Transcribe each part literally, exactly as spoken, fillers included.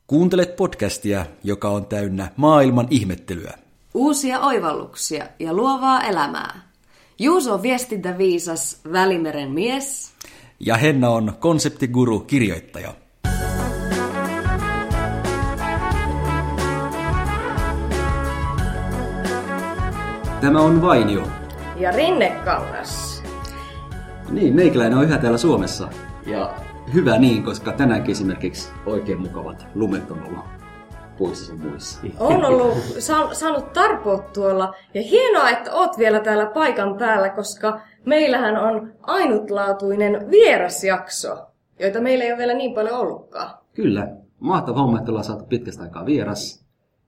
Kuuntelet podcastia, joka on täynnä maailman ihmettelyä. Uusia oivalluksia ja luovaa elämää. Juuso on viestintäviisas Välimeren mies. Ja Henna on konseptiguru kirjoittaja. Tämä on Vainio. Ja Rinnekangas. Niin, meikäläinen on yhä täällä Suomessa. Ja hyvä niin, koska tänäänkin esimerkiksi oikein mukavat lumet on ollut puissa ja muissa. On ollut sa- saanut tarpoa tuolla. Ja hienoa, että oot vielä täällä paikan päällä, koska meillähän on ainutlaatuinen vierasjakso, joita meillä ei ole vielä niin paljon ollutkaan. Kyllä. Mahtava homma, että ollaan saatu pitkästä aikaa vieras.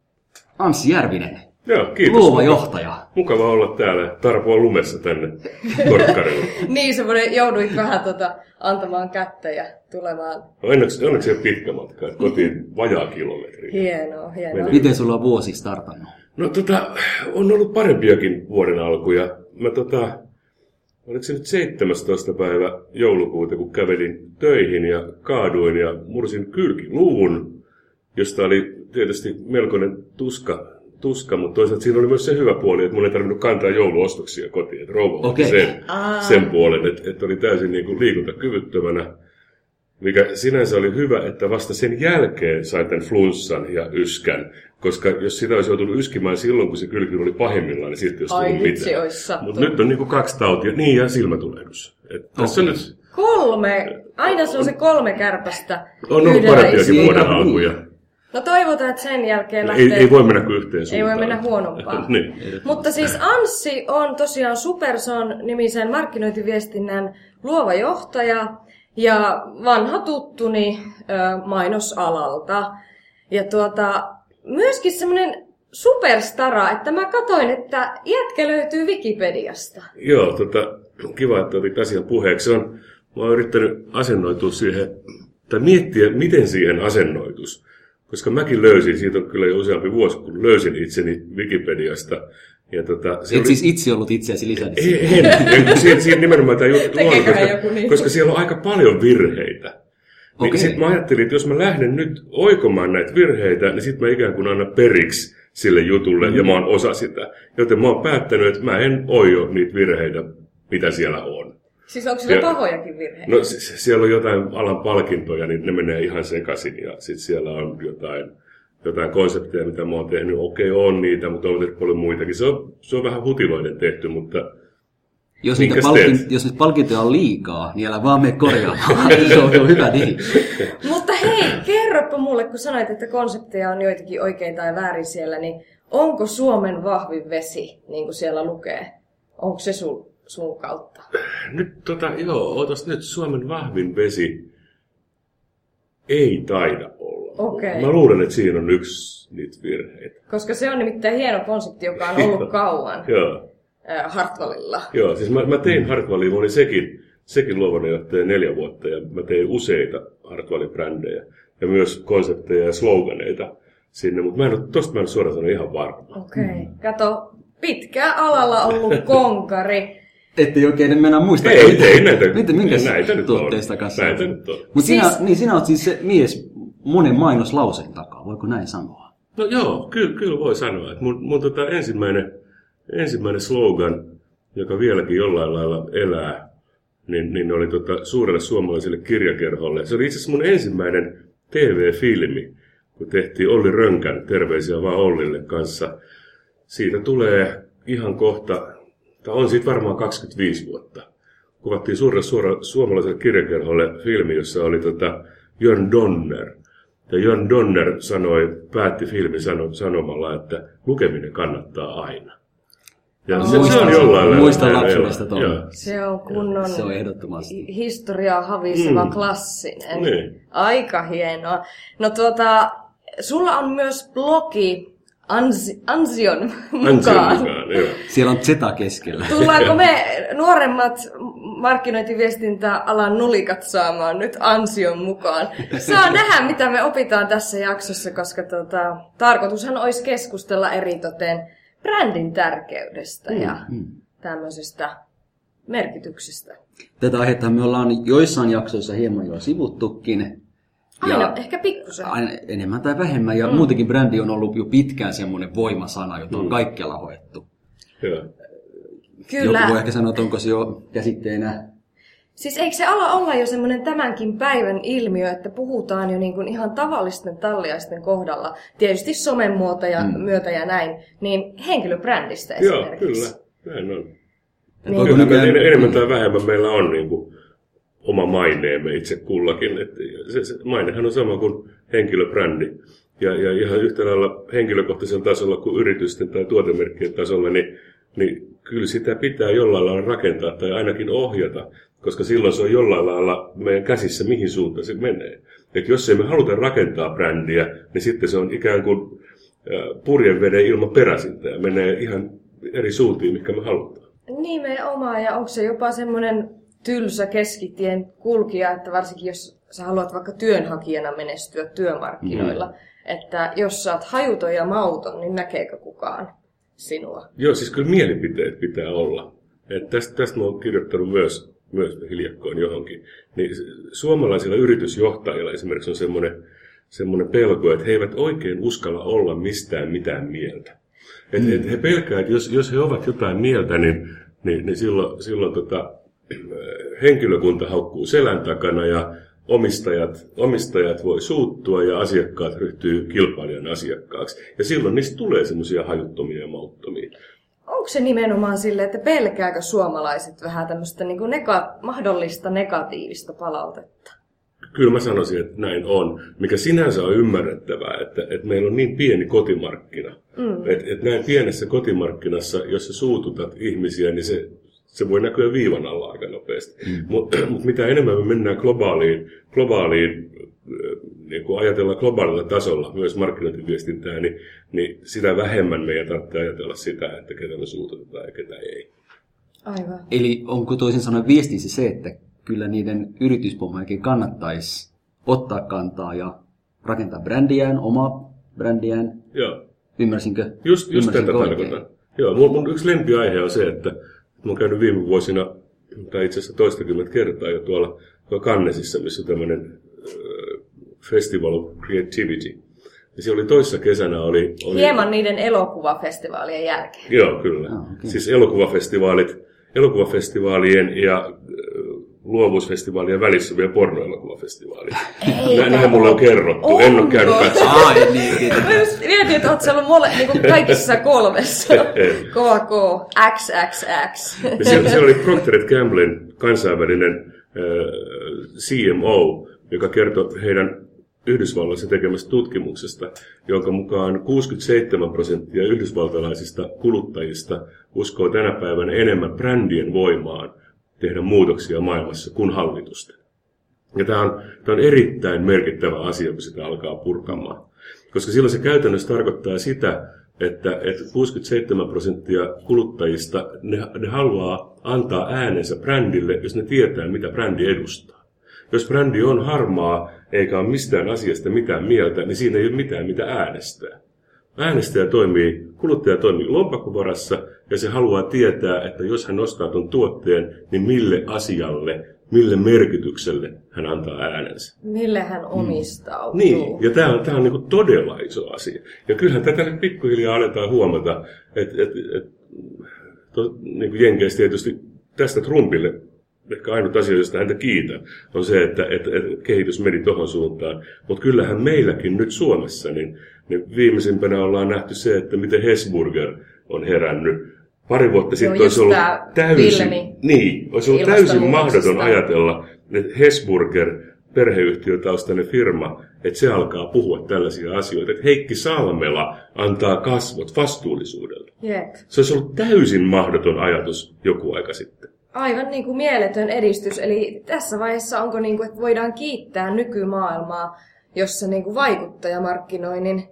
Anssi Järvinen. Joo, kiitos. Luova johtaja. Mukava olla täällä. Tarpoa lumessa tänne korkkarille. Niin, semmoinen jouduit vähän tota, antamaan kättä ja tulemaan. No onneksi, onneksi ei ole pitkä matka, että kotiin vajaa kilometri. Hienoa, hienoa. Miten sulla on vuosi startannut? No tota, on ollut parempiakin vuoden alkuja. Mä tota, oliko se nyt seitsemästoista päivä joulukuuta, kun kävelin töihin ja kaaduin ja mursin kylkiluvun, josta oli tietysti melkoinen tuska. Tuska, mutta toisaalta siinä oli myös se hyvä puoli, että mun ei tarvinnut kantaa jouluostoksia kotiin. Että rouva okay. sen, sen puolen, että, että oli täysin niin kuin liikuntakyvyttömänä, mikä sinänsä oli hyvä, että vasta sen jälkeen sain tämän flunssan ja yskän. Koska jos sitä olisi joutunut yskimään silloin, kun se kylki oli pahimmillaan, niin siitä ei olisi tullut mitään. Mutta nyt on niin kuin kaksi tautia, niin ja silmätulehdus. Että tässä okay. on nyt... Kolme! Aina se on se kolme kärpästä. On ollut parempiakin vuoden alkuja. No toivotaan, että sen jälkeen lähtee... Ei, ei voi mennä kuin yhteen suuntaan. Ei voi mennä huonompaan. niin. Mutta siis Anssi on tosiaan Superson-nimisen markkinointiviestinnän luova johtaja ja vanha tuttuni ö, mainosalalta. Ja tuota, myöskin semmoinen superstara, että mä katsoin, että jätkä löytyy Wikipediasta. Joo, tota, kiva, että otit asian puheeksi. On, mä oon yrittänyt asennoitua siihen, tai miettiä, miten siihen asennoitus. Koska mäkin löysin, siitä on kyllä jo useampi vuosi, kun löysin itseni Wikipediasta. Ja tota, se Et oli... siis itse ollut itseäsi lisännyt? En, en. Siinä, siinä nimenomaan tämä juttu on, koska, niin. koska siellä on aika paljon virheitä. Okay. Niin sitten mä ajattelin, että jos mä lähden nyt oikomaan näitä virheitä, niin sitten mä ikään kuin annan periksi sille jutulle, mm. ja mä oon osa sitä. Joten mä oon päättänyt, että mä en oio niitä virheitä, mitä siellä on. Siis onko siellä pahojakin virheitä? No siellä on jotain alan palkintoja, niin ne menee ihan sekaisin. Ja sitten siellä on jotain, jotain konsepteja, mitä mä oon tehnyt. Okei, on niitä, mutta on tehty paljon muitakin. Se on, se on vähän hutiloiden tehty, mutta... Jos niitä palkin, jos nyt palkintoja on liikaa, niin älä vaan mene korjaamaan. Se on hyvä niin. Mutta hei, kerropa mulle, kun sanoit, että konsepteja on joitakin oikein tai väärin siellä, niin onko Suomen vahvin vesi, niin kuin siellä lukee? Onko se sun? sun kautta? Nyt tota, joo, ootas nyt, Suomen vahvin vesi ei taida olla. Okay. Mä luulen, että siinä on yksi niitä virheitä. Koska se on nimittäin hieno konsepti, joka on ollut kauan joo. Äh, Hartwallilla. Joo, siis mä, mä tein Hartwallia, mä olin sekin, sekin luovanjohtaja neljä vuotta ja mä tein useita Hartwallin brändejä ja myös konsepteja ja sloganeita sinne, mutta mä en ole, tosta mä en ole suoraan sanoa ihan varma. Okei, okay. Kato, pitkään alalla ollut konkari. Ettei oikein mennä muista. Ei, ei, ei näitä, Miten, minkäs näitä tuotteista kanssa? Näitä nyt on. Mutta siis... sinä, niin sinä olet siis se mies monen mainoslauseen takaa, voiko näin sanoa? No joo, kyllä, kyllä voi sanoa. Että mun mun tota ensimmäinen, ensimmäinen slogan, joka vieläkin jollain lailla elää, niin, niin oli tota suurelle suomalaiselle kirjakerholle. Se oli itse asiassa mun ensimmäinen T V-filmi, kun tehtiin Olli Rönkän, terveisiä vaan Ollille kanssa. Siitä tulee ihan kohta... Tämä on siitä varmaan kaksikymmentäviisi vuotta. Kuvattiin suurelle suora, suomalaiselle kirjakerholle filmi, jossa oli tota Jörn Donner. Ja Jörn Donner sanoi, päätti filmin sano, sanomalla, että lukeminen kannattaa aina. Ja no, se, muistan, se on jollain muistan lapsuudesta tuolla. Se on kunnon se on ehdottomasti historiaa haviseva mm. klassinen. Niin. Aika hienoa. No tuota, sulla on myös blogi Ansi, Ansion mukaan. Ansion mukaan, joo. Siellä on Zeta keskellä. Tullaanko me nuoremmat markkinointiviestintäalan nulikat saamaan nyt Ansion mukaan? Saa nähdä, mitä me opitaan tässä jaksossa, koska tota, tarkoitushan olisi keskustella eritoten brändin tärkeydestä mm, ja mm. tämmöisestä merkityksestä. Tätä aihetta me ollaan joissain jaksoissa hieman jo sivuttukin. Aina, ja ehkä pikkusen. Aina enemmän tai vähemmän, ja mm. muutenkin brändi on ollut jo pitkään semmoinen voimasana, jota on mm. kaikkialla hoettu. Kyllä. Kyllä. Joku voi ehkä sanoa, että onko se jo käsitteenä. Siis eikö se ala olla jo semmoinen tämänkin päivän ilmiö, että puhutaan jo niin kuin ihan tavallisten talliaisten kohdalla, tietysti somen muoto ja mm. myötä ja näin, niin henkilöbrändistä esimerkiksi. Joo, kyllä. Näin on. Niin. Kyllä me en, enemmän tai vähemmän meillä on niin kuin oma maineemme itse kullakin. Et se, se mainehan on sama kuin henkilöbrändi. Ja, ja ihan yhtä lailla henkilökohtaisella tasolla kuin yritysten tai tuotemerkkien tasolla, niin, niin kyllä sitä pitää jollain lailla rakentaa tai ainakin ohjata, koska silloin se on jollain lailla meidän käsissä, mihin suuntaan se menee. Et jos ei me haluta rakentaa brändiä, niin sitten se on ikään kuin purjeveden ilman peräsintä ja menee ihan eri suuntiin, mitkä me halutaan. Nimenomaan, ja onko se jopa semmoinen tylsä keskitien kulkija, että varsinkin jos sä haluat vaikka työnhakijana menestyä työmarkkinoilla, mm. että jos sä oot hajuton ja mauton, niin näkeekö kukaan sinua? Joo, siis kyllä mielipiteet pitää olla. Et tästä, tästä mä oon kirjoittanut myös, myös hiljakkoin johonkin. Niin suomalaisilla yritysjohtajilla esimerkiksi on semmoinen, semmoinen pelko, että he eivät oikein uskalla olla mistään mitään mieltä. Et, mm. et he pelkäävät, että jos, jos he ovat jotain mieltä, niin, niin, niin silloin, silloin tota, henkilökunta haukkuu selän takana ja omistajat, omistajat voi suuttua ja asiakkaat ryhtyy kilpailijan asiakkaaksi. Ja silloin niistä tulee semmoisia hajuttomia ja mauttomia. Onko se nimenomaan sille, että pelkääkö suomalaiset vähän tämmöistä niin kuin nega- mahdollista negatiivista palautetta? Kyllä mä sanoisin, että näin on. Mikä sinänsä on ymmärrettävää, että, että meillä on niin pieni kotimarkkina. Mm. Että, että näin pienessä kotimarkkinassa, jos sä suututat ihmisiä, niin se, se voi näkyä viivan alla aika nopeasti. Mm. Mutta mut mitä enemmän me mennään globaaliin, globaaliin niin kun ajatellaan globaalilla tasolla myös markkinointiviestintää, niin, niin sitä vähemmän meidän tarvitsee ajatella sitä, että ketä me suututetaan ja ketä ei. Aivan. Eli onko toisin sanoen viestissä se, että kyllä niiden yrityspohjakin kannattaisi ottaa kantaa ja rakentaa brändiään, omaa brändiään? Joo. Ymmärsinkö? Just, just tätä tarkoitan. Joo, mun, mun yksi lempiaihe on se, että mä oon käynyt viime vuosina, tai itse asiassa toistakymmentä kertaa jo tuolla, tuolla Cannesissa, missä on tämmöinen äh, Festival of Creativity. Ja se oli toissa kesänä oli... oli... Hieman niiden elokuvafestivaalien jälkeen. Joo, kyllä. Oh, okay. Siis elokuvafestivaalit, elokuvafestivaalien ja äh, luovuusfestivaalien välissä vielä pornoelokuvafestivaali. Näin mulle on kerrottu. On, en ole käynyt katsomaan. Ai niin. Mä just mietin, että oot siellä mole, niin kuin kaikissa kolmessa. K K, X X X. Siellä, siellä oli Procter and Gamblen kansainvälinen äh, C M O, joka kertoi heidän Yhdysvalloissa tekemästä tutkimuksesta, jonka mukaan kuusikymmentäseitsemän prosenttia yhdysvaltalaisista kuluttajista uskoo tänä päivänä enemmän brändien voimaan tehdä muutoksia maailmassa kuin hallitusten. Ja tämä on, tämä on erittäin merkittävä asia, kun sitä alkaa purkamaan. Koska silloin se käytännössä tarkoittaa sitä, että, että kuusikymmentäseitsemän prosenttia kuluttajista ne, ne haluaa antaa äänensä brändille, jos ne tietää, mitä brändi edustaa. Jos brändi on harmaa, eikä ole mistään asiasta mitään mieltä, niin siinä ei ole mitään, mitä äänestää. Äänestäjä toimii, kuluttaja toimii lompakkovarassa ja se haluaa tietää, että jos hän ostaa tuon tuotteen, niin mille asialle, mille merkitykselle hän antaa äänensä. Mille hän omistautuu. Niin, ja tämä on, tämä on niin kuin todella iso asia. Ja kyllähän tätä nyt pikkuhiljaa aletaan huomata, että, että, että to, niin kuin Jenkeissä tietysti tästä Trumpille ehkä ainut asia, josta häntä kiitän, on se, että, että, että kehitys meni tuohon suuntaan. Mutta kyllähän meilläkin nyt Suomessa, niin, niin viimeisimpänä ollaan nähty se, että miten Hesburger on herännyt. Pari vuotta sitten no, olisi ollut täysin, niin, olisi ollut täysin mahdoton ajatella, että Hesburger, perheyhtiötaustainen firma, että se alkaa puhua tällaisia asioita. Että Heikki Salmela antaa kasvot vastuullisuudella. Yep. Se olisi ollut täysin mahdoton ajatus joku aika sitten. Aivan niin kuin mieletön edistys. Eli tässä vaiheessa onko niin kuin, että voidaan kiittää nykymaailmaa, jossa niin kuin vaikuttajamarkkinoinnin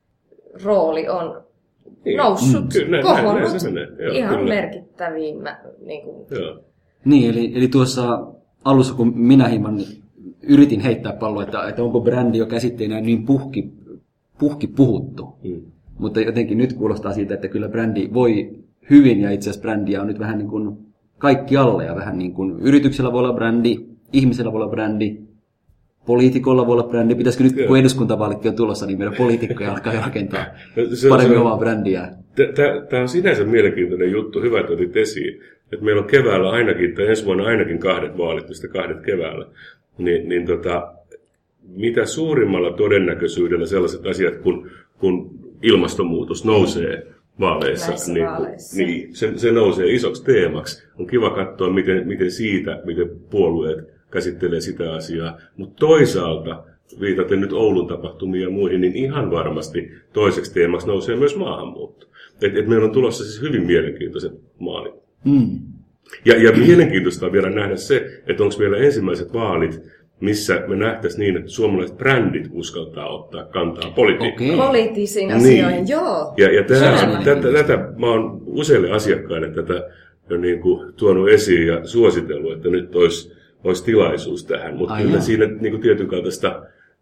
rooli on niin, noussut, mm, kohonnut ihan kyllä. merkittäviin. Niin, kuin. Niin eli, eli tuossa alussa, kun minä hieman yritin heittää palloa, että, että onko brändi jo käsitteenä niin puhki, puhki puhuttu. Mm. Mutta jotenkin nyt kuulostaa siitä, että kyllä brändi voi hyvin ja itse asiassa brändiä on nyt vähän niin kuin kaikkialle ja vähän niin kuin yrityksellä voi olla brändi, ihmisellä voi olla brändi, poliitikolla voi olla brändi. Pitäisikö nyt, kun eduskuntavaalitkin on tulossa, niin meidän poliitikkoja alkaa jo rakentaa se, paremmin se, omaa brändiä. Tämä on sinänsä mielenkiintoinen juttu, hyvä, että otit esiin. Että meillä on keväällä ainakin, tai ensi vuonna ainakin kahdet vaalit, mistä kahdet keväällä. Niin, niin tota, mitä suurimmalla todennäköisyydellä sellaiset asiat, kun, kun ilmastonmuutos nousee vaaleissa, niin, vaaleissa. niin se, se nousee isoksi teemaksi. On kiva katsoa, miten, miten siitä, miten puolueet käsittelee sitä asiaa. Mutta toisaalta, viitaten nyt Oulun tapahtumiin ja muihin, niin ihan varmasti toiseksi teemaksi nousee myös maahanmuutto. Et, et meillä on tulossa siis hyvin mielenkiintoiset maalit. Mm. Ja, ja mielenkiintoista on vielä nähdä se, että onko meillä ensimmäiset vaalit, missä me nähtäisiin niin, että suomalaiset brändit uskaltaa ottaa kantaa politiikkaan. Okay. Poliittisiin asioihin, niin. Joo. Ja, ja tähän, tätä, tätä mä oon useille asiakkaille tätä jo niin kuin tuonut esiin ja suositellut, että nyt olisi, olisi tilaisuus tähän. Mutta kyllä siinä niin kuin tietyn kaltaista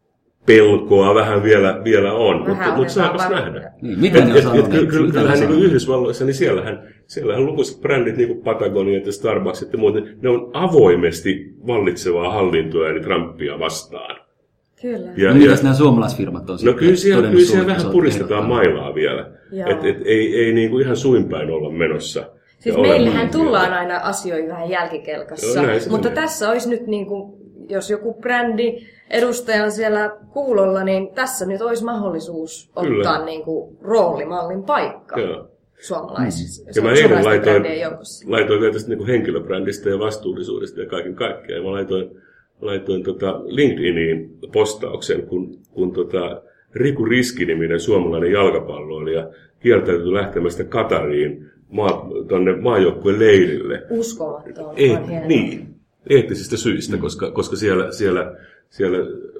pelkoa vähän vielä, vielä on, vähän mutta, mutta saapas nähdä. Niin, miten et, et, et, kyllä, kyllähän niin Yhdysvalloissa, niin siellähän, siellähän lukuiset brändit, niin kuin Patagoniat ja Starbucksit ja muut, ne on avoimesti vallitsevaa hallintoa, eli Trumpia vastaan. Kyllä. Ja, no mitäs nämä suomalaisfirmat on? No kyllä siellä, kyllä siellä vähän puristetaan mailaa vielä. Että et, ei, ei niin kuin ihan suinpäin olla menossa. Siis meillähän tullaan vielä aina asioihin vähän jälkikelkassa, no, mutta menee. Tässä olisi nyt niin kuin, jos joku brändi edustaja on siellä kuulolla, niin tässä nyt olisi mahdollisuus Kyllä. ottaa niin kuin roolimallin paikka Joo. suomalaisissa. Ja mä eilen laitoin, laitoin vielä tästä niin kuin henkilöbrändistä ja vastuullisuudesta ja kaiken kaikkiaan. Mä laitoin, laitoin tota LinkedIniin postauksen, kun, kun tota Riku Riski-niminen suomalainen jalkapalloilija kieltäytyi lähtemästä Katariin maa, tuonne maajoukkueen leirille. Uskomaton. E- niin, eettisistä syistä, mm. koska, koska siellä, siellä, siellä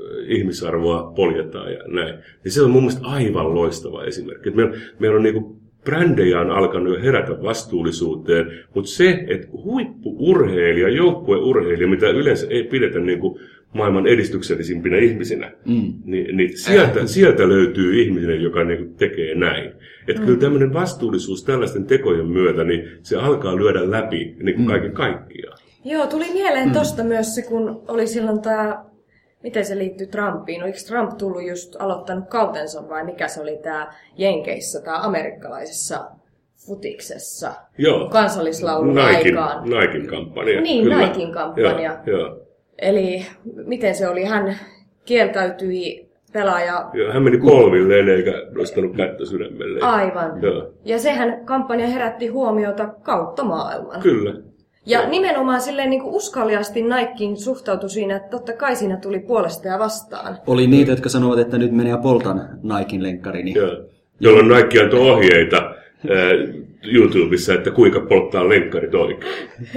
ihmisarvoa poljetaan ja näin. Ja se on mun mielestä aivan loistava esimerkki. Meillä, meillä on niinku brändejä on alkanut jo herätä vastuullisuuteen, mutta se, että huippu-urheilija, joukkueurheilija, mitä yleensä ei pidetä niinku maailman edistyksellisimpinä ihmisinä, mm. niin, niin sieltä, äh. sieltä löytyy ihminen, joka niinku tekee näin. Että mm. kyllä tämmöinen vastuullisuus tällaisten tekojen myötä, niin se alkaa lyödä läpi niin kuin mm. kaiken kaikkiaan. Joo, tuli mieleen mm. tosta myös se, kun oli silloin tämä, miten se liittyy Trumpiin. Oliko Trump tullut just aloittanut kautensa vai mikä se oli tämä Jenkeissä, tämä amerikkalaisessa futiksessa Joo. kansallislaulun Naikin, aikaan. Naikin kampanja. Niin, kyllä. Naikin kampanja. Joo, jo. Eli miten se oli, hän kieltäytyi pelaaja... Joo, hän meni polvilleen eikä nostanut kättä sydämelle. Aivan. Joo. Ja sehän kampanja herätti huomiota kautta maailman. Kyllä. Ja Joo. nimenomaan silleen niin kuin uskaliasti Nikein suhtautui siinä, että totta kai siinä tuli puolesta ja vastaan. Oli niitä, jotka sanovat, että nyt menee ja poltan Nikein lenkkari. Niin... Joo. Jolloin Nike antoi ohjeita äh, YouTubessa, että kuinka polttaa lenkkarit oikein.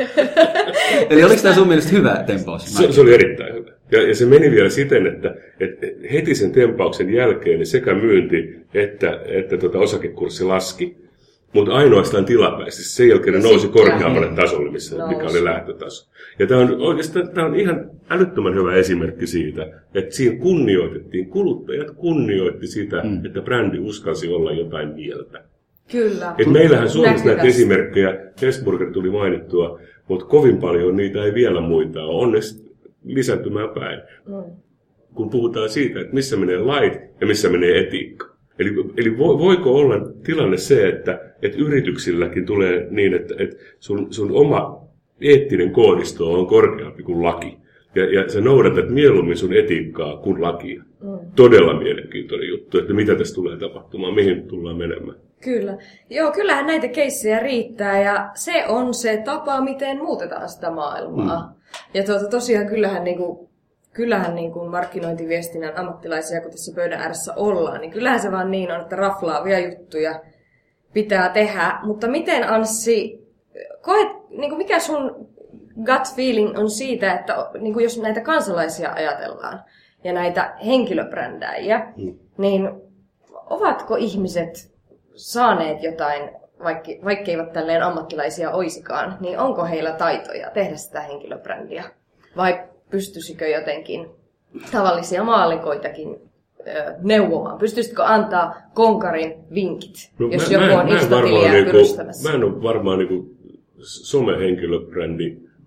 Eli oliko tämä sun mielestä hyvä tempaus? Se, se oli erittäin hyvä. Ja, ja se meni vielä siten, että, että heti sen tempauksen jälkeen niin sekä myynti että, että tota osakekurssi laski, mutta ainoastaan tilapäisesti. Sen jälkeen ne nousi korkeammalle tasolle, missä, mikä oli lähtötaso. Ja tämä on oikeastaan tämä on ihan älyttömän hyvä esimerkki siitä, että siinä kunnioitettiin, kuluttajat kunnioitti sitä, mm. että brändi uskalsi olla jotain mieltä. Kyllä. Et meillähän Suomessa näitä esimerkkejä, Hesburger tuli mainittua, mutta kovin paljon niitä ei vielä muita ole. Onneksi lisääntymään päin. Mm. Kun puhutaan siitä, että missä menee lait ja missä menee etiikka. Eli, eli voiko olla tilanne se, että, että yrityksilläkin tulee niin, että, että sun, sun oma eettinen koodisto on korkeampi kuin laki. Ja, ja sä noudatat mieluummin sun etiikkaa kuin lakia. Mm. Todella mielenkiintoinen juttu, että mitä tässä tulee tapahtumaan, mihin tullaan menemään. Kyllä. Joo, kyllähän näitä keissejä riittää ja se on se tapa, miten muutetaan sitä maailmaa. Mm. Ja tuota, tosiaan kyllähän, niin kuin, kyllähän niin kuin markkinointiviestinnän ammattilaisia, kun tässä pöydän ääressä ollaan, niin kyllähän se vaan niin on, että raflaavia juttuja pitää tehdä. Mutta miten, Anssi, koet, niin kuin mikä sun gut feeling on siitä, että niin kuin jos näitä kansalaisia ajatellaan ja näitä henkilöbrändäjiä, mm. niin ovatko ihmiset saaneet jotain, vaikka, vaikka eivät tälleen ammattilaisia oisikaan, niin onko heillä taitoja tehdä sitä henkilöbrändiä? Vai pystyisikö jotenkin tavallisia maallikoitakin ö, neuvomaan? Pystyisitkö antaa konkarin vinkit, no, jos mä, joku on Insta-tiliä niinku, pyrystämässä? Mä en ole varmaan niinku somehenkilöbrändi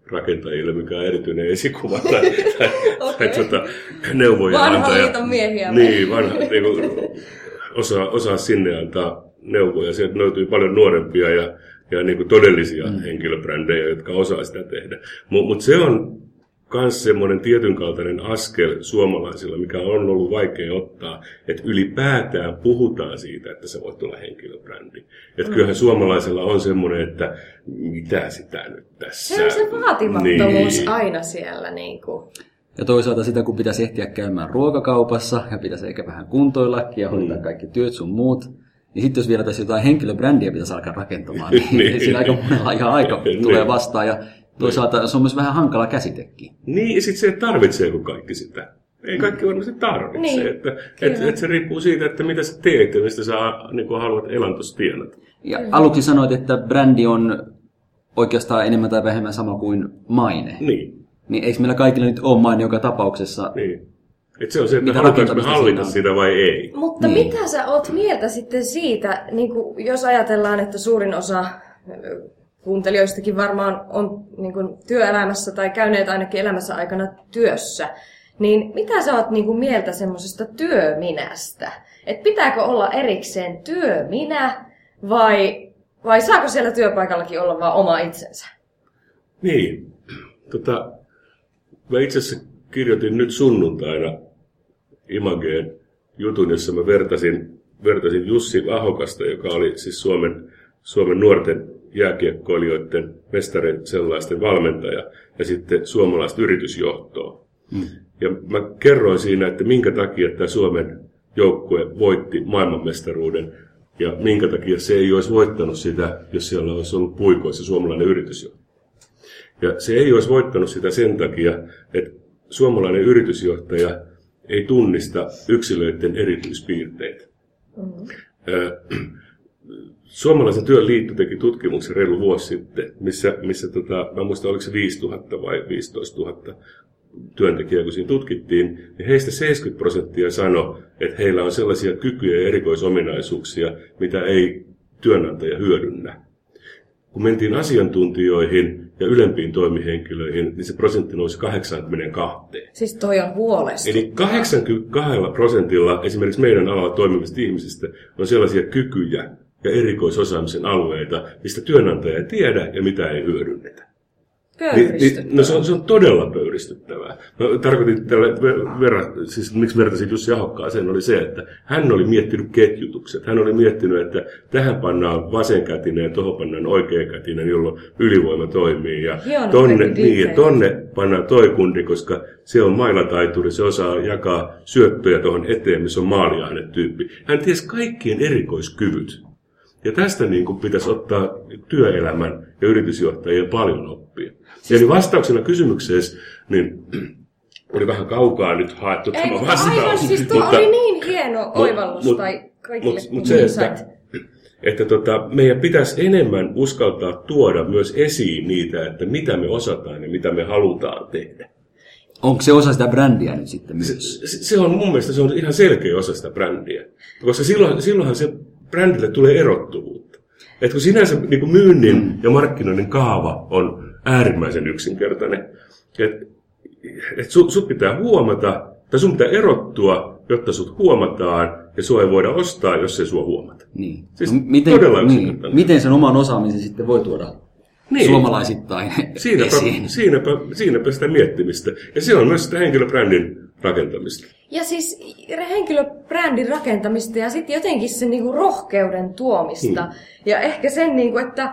rakentajille mikään erityinen esikuva tai, tai, okay. tai tuota, neuvoja vanha antaa. Vanha liiton miehiä. Niin, vanha, niin kuin, osaa, osaa sinne antaa neuvoja. Sieltä löytyy paljon nuorempia ja, ja niin kuin todellisia mm. henkilöbrändejä, jotka osaa sitä tehdä. Mutta mut se on myös semmoinen tietynkaltainen askel suomalaisilla, mikä on ollut vaikea ottaa, että ylipäätään puhutaan siitä, että se voi tulla henkilöbrändi. Että mm. kyllähän suomalaisilla on semmoinen, että mitä sitä nyt tässä... Se on se vaatimattomuus niin. aina siellä. Niin kuin. Ja toisaalta sitä, kun pitäisi ehtiä käymään ruokakaupassa ja pitäisi ehkä vähän kuntoillakin ja hoitaa mm. kaikki työt sun muut, niin sitten jos vielä tässä jotain henkilöbrändiä pitäisi alkaa rakentamaan, niin, niin siinä aika monella ihan aika tulee vastaan. Ja toisaalta se on myös vähän hankala käsitekin. Niin, ja sitten se tarvitseeko kaikki sitä. Ei kaikki varmasti tarvitse. Niin, että, et, et se riippuu siitä, että mitä sä teet ja mistä sä niin haluat elantosi tienata. Ja aluksi sanoit, että brändi on oikeastaan enemmän tai vähemmän sama kuin maine. Niin. Niin eikö meillä kaikilla nyt ole maine joka tapauksessa? Niin. Et se on se, että halutaanko me hallita sitä vai ei. Mutta niin. mitä sä oot mieltä sitten siitä, niin kuin jos ajatellaan, että suurin osa kuuntelijoistakin varmaan on niin kuin työelämässä tai käyneet ainakin elämässä aikana työssä, niin mitä sä oot niin kuin mieltä semmoisesta työminästä? Et pitääkö olla erikseen työminä vai, vai saako siellä työpaikallakin olla vaan oma itsensä? Niin. Tota, mä itse asiassa kirjoitin nyt sunnuntaina Imageen jutun, jossa mä vertasin, vertasin Jussi Ahokasta, joka oli siis Suomen, Suomen nuorten jääkiekkoilijoiden mestarin sellaisten valmentaja ja sitten suomalaista yritysjohtoa. Mm. Ja mä kerroin siinä, että minkä takia tämä Suomen joukkue voitti maailmanmestaruuden ja minkä takia se ei olisi voittanut sitä, jos siellä olisi ollut puikoissa suomalainen yritysjohto. Ja se ei olisi voittanut sitä sen takia, että suomalainen yritysjohtaja ei tunnista yksilöiden erityispiirteitä. Mm-hmm. Suomalaisen työn liitto teki tutkimuksen reilu vuosi sitten, missä, missä tota, mä muistan, oliko se viisituhatta vai viisitoistatuhatta työntekijää, kun siinä tutkittiin, niin heistä seitsemänkymmentä prosenttia sanoi, että heillä on sellaisia kykyjä ja erikoisominaisuuksia, mitä ei työnantaja hyödynnä. Kun mentiin asiantuntijoihin ja ylempiin toimihenkilöihin, niin se prosentti nousi kahdeksankymmentäkaksi. Siis toi on huolestuttavaa. Eli kahdeksankymmentäkaksi prosentilla esimerkiksi meidän alalla toimivista ihmisistä on sellaisia kykyjä ja erikoisosaamisen alueita, mistä työnantaja ei tiedä ja mitä ei hyödynnetä. Pöyristyttävää. Niin, no se on, se on todella pöyristyttävää. Mä tarkoitin tällä verran, siis miksi vertasin Jussi Ahokkaaseen, oli se, että hän oli miettinyt ketjutukset. Hän oli miettinyt, että tähän pannaan vasenkätinen ja tuohon pannaan oikeakätinen, jolloin ylivoima toimii. Ja tonne, niin, ja tonne pannaan toi kundi, koska se on mailataituri, se osaa jakaa syöttöjä tuohon eteen, missä on maaliainetyyppi. Hän tiesi kaikkien erikoiskyvyt. Ja tästä niin kuin pitäisi ottaa työelämän ja yritysjohtajien paljon oppia. Siis... Eli vastauksena kysymykseen, niin oli vähän kaukaa nyt haettu Ei, tämä vastaus. Aivan, siis tuo mutta, oli niin hieno oivallus mut, tai kaikille mut, mut se, että, että tota, meidän pitäisi enemmän uskaltaa tuoda myös esiin niitä, että mitä me osataan ja mitä me halutaan tehdä. Onko se osa sitä brändiä nyt sitten myös? Se, se on mun mielestä se on ihan selkeä osa sitä brändiä. Koska silloin, silloinhan se brändille tulee erottuvuutta. Et kun sinänsä niin kuin myynnin mm. ja markkinoinnin kaava on äärimmäisen yksinkertainen. Että et sut, sut pitää huomata, tai sun pitää erottua, jotta sut huomataan, ja sua ei voida ostaa, jos ei sua huomata. Niin. Siis no, miten, todella niin, miten sen oman osaamisen sitten voi tuoda niin. suomalaisittain siinäpä, esiin? Siinäpä, siinäpä sitä miettimistä. Ja se on myös sitä henkilöbrändin rakentamista. Ja siis henkilöbrändin rakentamista ja sitten jotenkin sen niinku rohkeuden tuomista. Hmm. Ja ehkä sen, niinku, että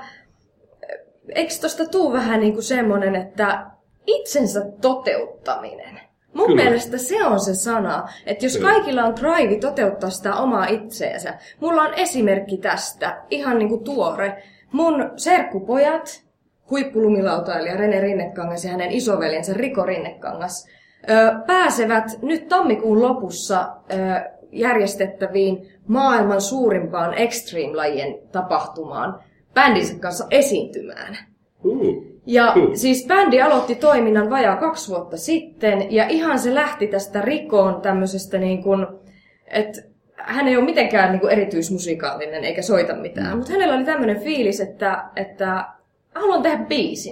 eikö tosta tuu vähän niinku semmoinen, että itsensä toteuttaminen. Mun Kyllä. mielestä se on se sana, että jos Kyllä. kaikilla on drive toteuttaa sitä omaa itseensä. Mulla on esimerkki tästä, ihan niinku tuore. Mun serkkupojat, huippulumilautailija Rene Rinnekangas ja hänen isoveljensä Riko Rinnekangas, pääsevät nyt tammikuun lopussa järjestettäviin maailman suurimpaan Extreme-lajien tapahtumaan bändinsä kanssa esiintymään. Uh, ja uh. siis bändi aloitti toiminnan vajaa kaksi vuotta sitten, ja ihan se lähti tästä Rikoon tämmöisestä niin kuin, että hän ei ole mitenkään niin kuin erityismusikaalinen eikä soita mitään, mm. mutta hänellä oli tämmöinen fiilis, että, että haluan tehdä biisin.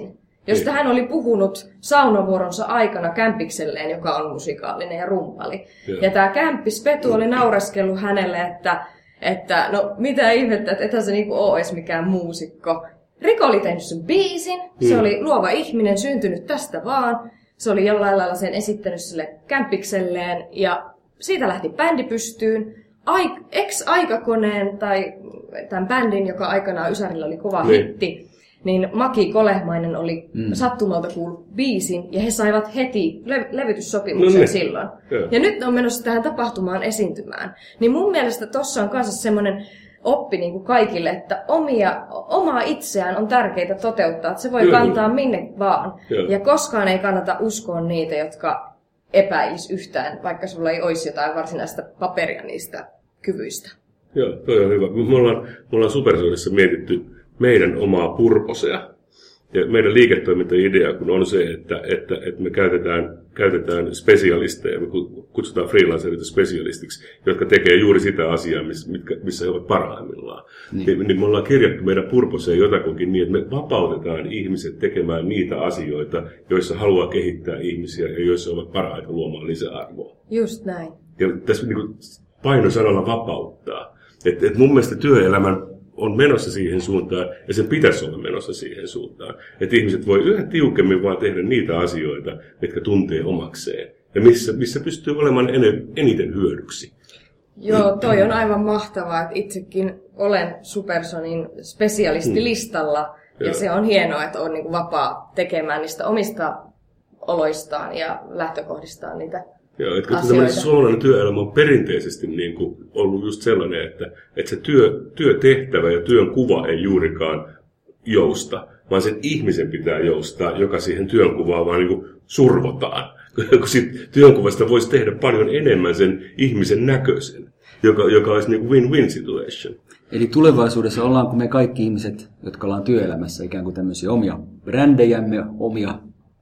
josta hän oli puhunut saunavuoronsa aikana kämpikselleen, joka on musikaalinen ja rumpali. Joo. Ja tämä kämppis Petu oli naureskellut hänelle, että, että no mitä ihmettä, että ethän se niinku ole edes mikään muusikko. Riko oli tehnyt sen biisin, mm. se oli luova ihminen, syntynyt tästä vaan. Se oli jollain lailla sen esittänyt sille kämppikselleen ja siitä lähti bändi pystyyn. Ai- Ex-aikakoneen tai tämän bändin, joka aikanaan Ysärillä oli kova niin. hitti, niin Maki Kolehmainen oli mm. sattumalta kuullut biisin ja he saivat heti le- levytyssopimuksen no niin. silloin. Ja. ja nyt on menossa tähän tapahtumaan esiintymään. Niin mun mielestä tossa on kanssa semmoinen oppi niin kuin kaikille, että omia, omaa itseään on tärkeää toteuttaa, että se voi Kyllä. kantaa minne vaan. Kyllä. Ja koskaan ei kannata uskoa niitä, jotka epäilis yhtään, vaikka sulla ei olisi jotain varsinaista paperia niistä kyvyistä. Joo, toi on hyvä. Me ollaan, me ollaan Supersonicissa mietitty meidän omaa purposea. Ja meidän liiketoimintaidea kun on se, että, että, että me käytetään, käytetään spesialisteja, me kutsutaan freelancereita spesialistiksi, jotka tekee juuri sitä asiaa, missä, missä he ovat parhaimmillaan. Niin. niin me ollaan kirjattu meidän purposeen jotakuinkin niin, että me vapautetaan ihmiset tekemään niitä asioita, joissa haluaa kehittää ihmisiä ja joissa ovat parhaita luomaan lisäarvoa. Just näin. Ja tässä niin kuin painosanalla vapauttaa. Et, et mun mielestä työelämän on menossa siihen suuntaan, ja sen pitäisi olla menossa siihen suuntaan. Että ihmiset voi yhä tiukemmin vaan tehdä niitä asioita, mitkä tuntee omakseen, ja missä, missä pystyy olemaan eniten hyödyksi. Joo, toi on aivan mahtavaa, että itsekin olen Supersonin spesialistilistalla, hmm. ja Joo. se on hienoa, että on niin kuin vapaa tekemään niistä omista oloistaan ja lähtökohdistaan niitä Joo, että tämmöinen suomalainen työelämä on perinteisesti niin kuin ollut just sellainen, että, että se työ, työtehtävä ja työn kuva ei juurikaan jousta, vaan sen ihmisen pitää joustaa, joka siihen työnkuvaan vaan niin kuin survotaan. Kun siitä työnkuvasta voisi tehdä paljon enemmän sen ihmisen näköisen, joka, joka olisi niin kuin win-win situation. Eli tulevaisuudessa ollaanko me kaikki ihmiset, jotka ollaan työelämässä, ikään kuin tämmöisiä omia brändejämme, omia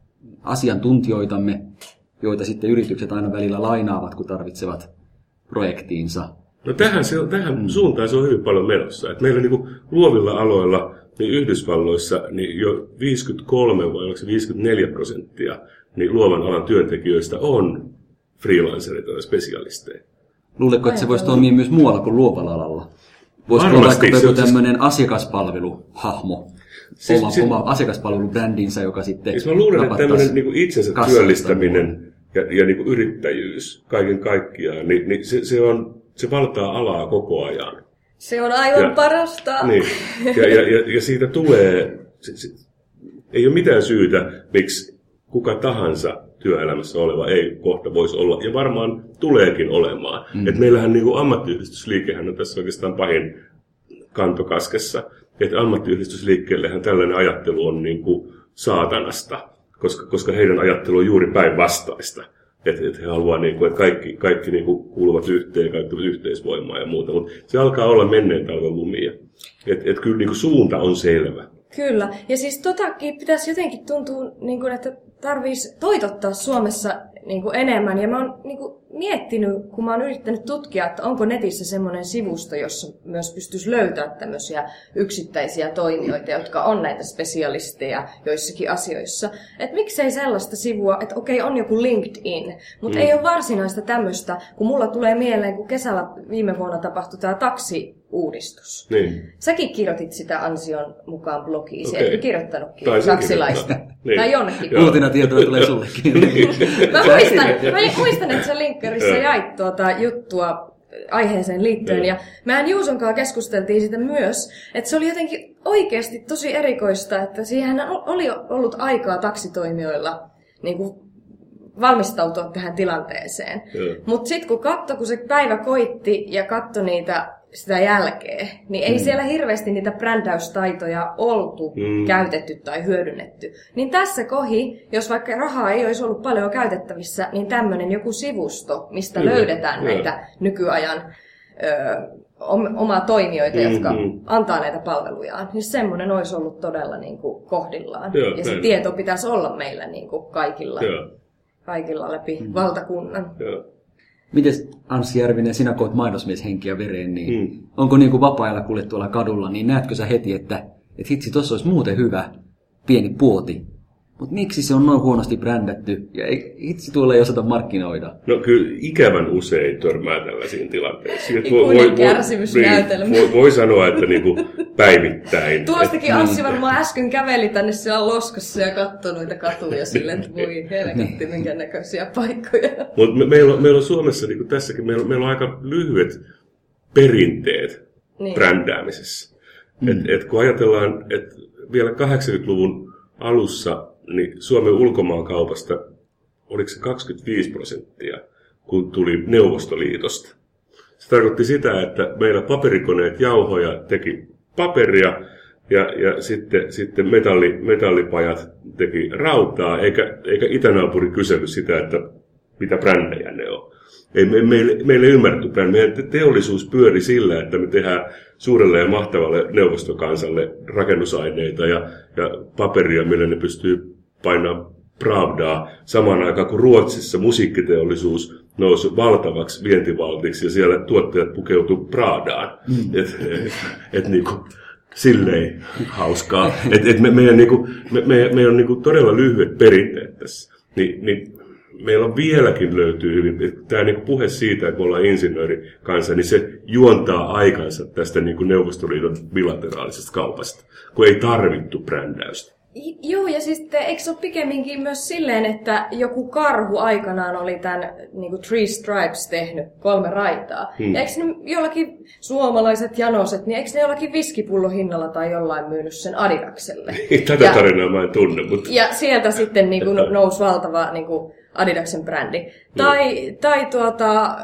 asiantuntijoitamme, joita sitten yritykset aina välillä lainaavat, kun tarvitsevat projektiinsa. No tähän, se on, tähän mm. suuntaan se on hyvin paljon menossa. Et meillä niin kuin luovilla aloilla niin Yhdysvalloissa niin jo viisikymmentäkolme vai onko se viisikymmentäneljä prosenttia niin luovan alan työntekijöistä on freelancereita tai spesialisteja. Luuletko, että se voisi toimia myös muualla kuin luovalla alalla? Voisiko olla vaikka joku tämmöinen asiakaspalveluhahmo? Siis, oma, siis, oma asiakaspalvelubrändinsä, joka sitten siis mä luulen, että tämmöinen niin kuin itsensä työllistäminen ja, ja niin kuin yrittäjyys kaiken kaikkiaan, niin, niin se, se, on, se valtaa alaa koko ajan. Se on aivan ja, parasta. Niin, ja, ja, ja, ja siitä tulee, se, se, ei ole mitään syytä, miksi kuka tahansa työelämässä oleva ei kohta voisi olla, ja varmaan tuleekin olemaan. Mm. Et meillähän niin kuin ammattiyhdistysliikehän on tässä oikeastaan pahin kantokaskessa. Että ammattiyhdistysliikkeellehän tällainen ajattelu on niin kuin saatanasta, koska, koska heidän ajattelu on juuri päinvastaista. Että et he haluaa, niin kuin, että kaikki, kaikki niin kuin kuuluvat yhteen, käyttävät yhteisvoimaa ja muuta. Mutta se alkaa olla menneen talven lumia. Että et kyllä niin kuin suunta on selvä. Kyllä. Ja siis totakin pitäisi jotenkin tuntua, niin kuin, että tarvitsisi toitottaa Suomessa niin kuin enemmän. Ja mä oon niin kuin miettinyt, kun mä oon yrittänyt tutkia, että onko netissä semmoinen sivusto, jossa myös pystyisi löytämään tämmöisiä yksittäisiä toimijoita, jotka on näitä spesialisteja joissakin asioissa. Että miksei sellaista sivua, että okei, on joku LinkedIn, mutta mm. ei ole varsinaista tämmöistä, kun mulla tulee mieleen, kun kesällä viime vuonna tapahtui tämä taksiuudistus. Niin. Säkin kirjoitit sitä Ansion mukaan blogiin, okay. Etkö kirjoittanutkin taksilaista? Niin. Tai jonnekin. Uutina tietoja tulee sullekin. mä, muistan, mä muistan, että sä linkkarissa jait tuota juttua aiheeseen liittyen. Ja mehän Juusonkaan keskusteltiin siitä myös, että se oli jotenkin oikeasti tosi erikoista, että siihen oli ollut aikaa taksitoimijoilla niin kuin valmistautua tähän tilanteeseen. Mutta sitten kun katso, kun se päivä koitti ja katso niitä sitä jälkeen, niin ei mm. siellä hirveästi niitä brändäystaitoja oltu mm. käytetty tai hyödynnetty. Niin tässä kohi, jos vaikka rahaa ei olisi ollut paljon käytettävissä, niin tämmöinen joku sivusto, mistä mm. löydetään mm. näitä nykyajan ö, omaa toimijoita, mm-hmm. jotka antaa näitä palvelujaan, niin semmoinen olisi ollut todella niin kuin kohdillaan. Joo, ja se näin. Tieto pitäisi olla meillä niin kuin kaikilla, kaikilla läpi mm. valtakunnan. Joo. Mites Anssi Järvinen, sinä koet mainosmieshenkiä vereen, niin hmm. onko niin kuin vapaa-ajalla kuljet tuolla kadulla, niin näetkö sä heti, että, että hitsi, tuossa olisi muuten hyvä pieni puoti, mutta miksi se on noin huonosti brändätty ja itse tuolla ei osata markkinoida? No kyllä ikävän usein törmää tällaisiin tilanteisiin. Ikuinen kärsimysnäytelmä. Voi, voi, voi sanoa, että niinku päivittäin. Tuostakin et, Anssi varmaan äsken käveli tänne siellä loskassa ja katsoi noita katuja silleen, että voi helvetti, minkä näköisiä paikkoja. Mutta me, meillä, on, meillä on Suomessa niin tässäkin, meillä, meillä on aika lyhyet perinteet niin. brändäämisessä. Mm. Et, et kun ajatellaan, että vielä kahdeksankymmentäluvun alussa niin Suomen ulkomaankaupasta oliko se kaksikymmentäviisi prosenttia, kun tuli Neuvostoliitosta. Se tarkoitti sitä, että meillä paperikoneet jauhoja teki paperia ja, ja sitten, sitten metalli, metallipajat teki rautaa, eikä, eikä itänaapuri kysellyt sitä, että mitä brändejä ne on. Ei, me, meille, meille ei ymmärretty brändejä. Meidän teollisuus pyöri sillä, että me tehdään suurelle ja mahtavalle neuvostokansalle rakennusaineita ja, ja paperia, millä ne pystyy painamaan Pravdaa samaan aikaan, kun Ruotsissa musiikkiteollisuus nousi valtavaksi vientivaltiksi ja siellä tuottajat pukeutuivat Pradaan. Mm. Et, et, et niinku, silleen hauskaa. Et, et me, meidän, niinku, me, me, me on niinku todella lyhyet perinteet tässä. Ni, niin meillä on vieläkin löytyy hyvin, tämä niinku puhe siitä, että me ollaan insinöörikansa, niin se juontaa aikansa tästä niinku Neuvostoliiton bilateraalisesta kaupasta, kun ei tarvittu brändäystä. Joo, ja siis te, eikö se ole pikemminkin myös silleen, että joku karhu aikanaan oli tämän niin kuin Three Stripes tehnyt, kolme raitaa. Hmm. Ja eikö ne jollakin suomalaiset janoset, niin eikö ne jollakin viskipullo hinnalla tai jollain myynyt sen Adidakselle? Tätä ja, tarinaa mä en tunne, mutta... Ja sieltä sitten niin kuin nousi valtava niin kuin Adidaksen brändi. Hmm. Tai, tai tuota,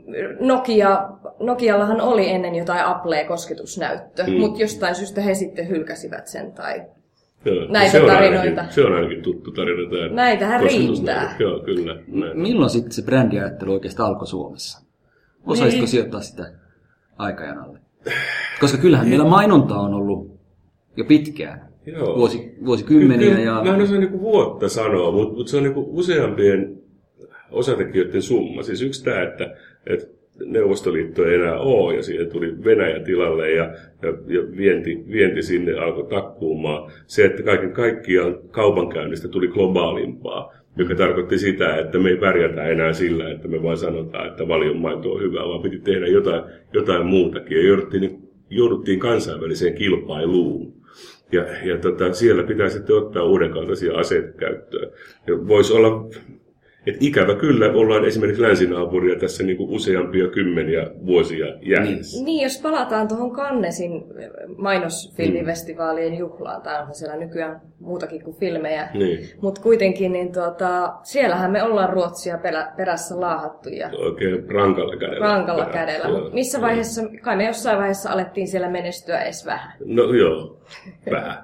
Nokia, Nokiallahan oli ennen jotain Apple-kosketusnäyttö, hmm. mutta jostain syystä he sitten hylkäsivät sen tai... Joo, näitä se tarinoita. Ainakin, se on ainakin tuttu tarina. Tämä näitähän riittää. Joo, kyllä. Näin. Milloin sitten se brändiajattelu oikeastaan alkoi Suomessa? Osaisitko niin. sijoittaa sitä aikajanalle? Koska kyllähän meillä mainontaa on ollut jo pitkään. Joo. Vuosi, vuosikymmeniä. Kyllä, ja... Mä en osaa niinku vuotta sanoa, mutta, mutta se on niinku useampien osatekijöiden summa. Siis yksi tämä, että, että Neuvostoliitto ei enää ole, ja siihen tuli Venäjä tilalle, ja, ja, ja vienti, vienti sinne alkoi takkuumaan. Se, että kaiken kaikkiaan kaupankäynnistä tuli globaalimpaa, joka tarkoitti sitä, että me ei pärjätä enää sillä, että me vain sanotaan, että valion maito on hyvä, vaan piti tehdä jotain, jotain muutakin, ja jouduttiin, jouduttiin kansainväliseen kilpailuun. Ja, ja tota, siellä pitää sitten ottaa uudenkaltaisia aseita käyttöön. Ja voisi olla... Et ikävä kyllä ollaan esimerkiksi länsinaapuria tässä niinku useampia kymmeniä vuosia jäljessä. Niin, jos palataan tuohon Cannesin mainosfilmifestivaalien juhlaan, tai onhan siellä nykyään muutakin kuin filmejä, niin. Mutta kuitenkin niin tuota, siellähän me ollaan Ruotsia perä, perässä laahattu. Ja oikein rankalla kädellä. Rankalla perä. kädellä, mutta missä vaiheessa, kai me jossain vaiheessa alettiin siellä menestyä edes vähän. No joo, vähän.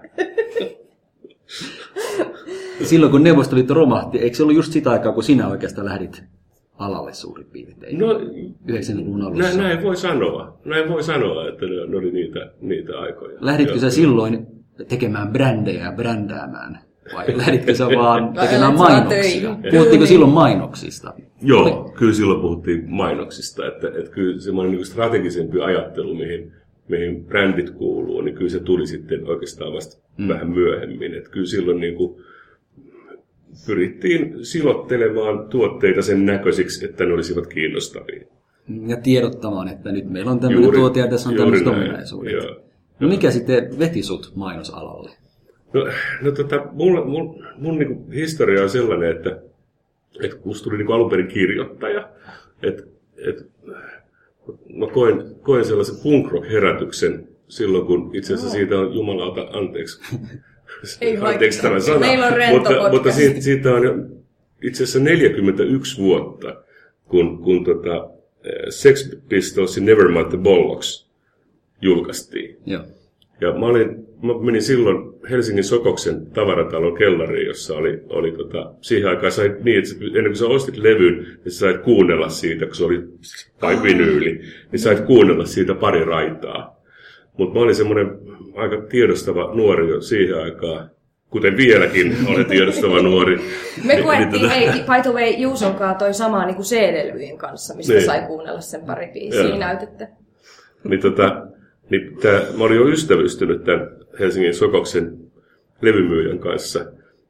Silloin kun Neuvostoliitto romahti, eikö se ollut just sitä aikaa, kun sinä oikeastaan lähdit alalle suurin piirtein? No, yhdeksänkymmentäluvun alussa. Näin, näin voi sanoa. Näin voi sanoa, että ne, ne oli niitä, niitä aikoja. Lähditkö sä silloin tekemään brändejä ja brändäämään? Vai lähditkö sä vaan tekemään mainoksia? Puhuttiinko silloin mainoksista? Joo, oli? Kyllä silloin puhuttiin mainoksista. Että, että kyllä semmoinen niin strategisempi ajattelu, mihin, mihin brändit kuuluu, niin kyllä se tuli sitten oikeastaan vasta mm. vähän myöhemmin. Että kyllä silloin niin kuin pyrittiin silottelemaan tuotteita sen näköisiksi, että ne olisivat kiinnostavia. Ja tiedottamaan, että nyt meillä on tämmöinen tuote ja tässä on tämmöiset ominaisuudet. Joo. No mikä sitten veti sut mainosalalle? No, no tota, mun, mun, mun niinku historia on sellainen, että, että musta tuli niinku alun perin kirjoittaja. Että, että mä koin, koin sellaisen punk rock-herätyksen silloin, kun itse asiassa siitä on jumalauta anteeksi. Ei anteeksi tämä sana. Meillä on rento mutta, mutta siitä, siitä on jo itse asiassa neljäkymmentäyksi vuotta, kun, kun tota, Sex Pistolsin Nevermind the Bollocks julkaistiin. Joo. Ja mä, olin, mä menin silloin Helsingin Sokoksen tavaratalon kellariin, jossa oli, oli tota, siihen aikaan sait niin, että ennen kuin sä ostit levyn, niin sä sait kuunnella siitä, kun se oli tai vinyyli, niin sait kuunnella siitä pari raitaa. Mutta mä olin semmoinen aika tiedostava nuori jo siihen aikaan, kuten vieläkin olen tiedostava nuori. Me koettiin, hei, by the way, Juusonkaan toi samaa niin kuin C D-levyjen kanssa, mistä niin sai kuunnella sen pari biisiä näytettä. Niin tota... Niin tää, mä olin jo ystävystynyt tämän Helsingin Sokoksen levymyyjän kanssa.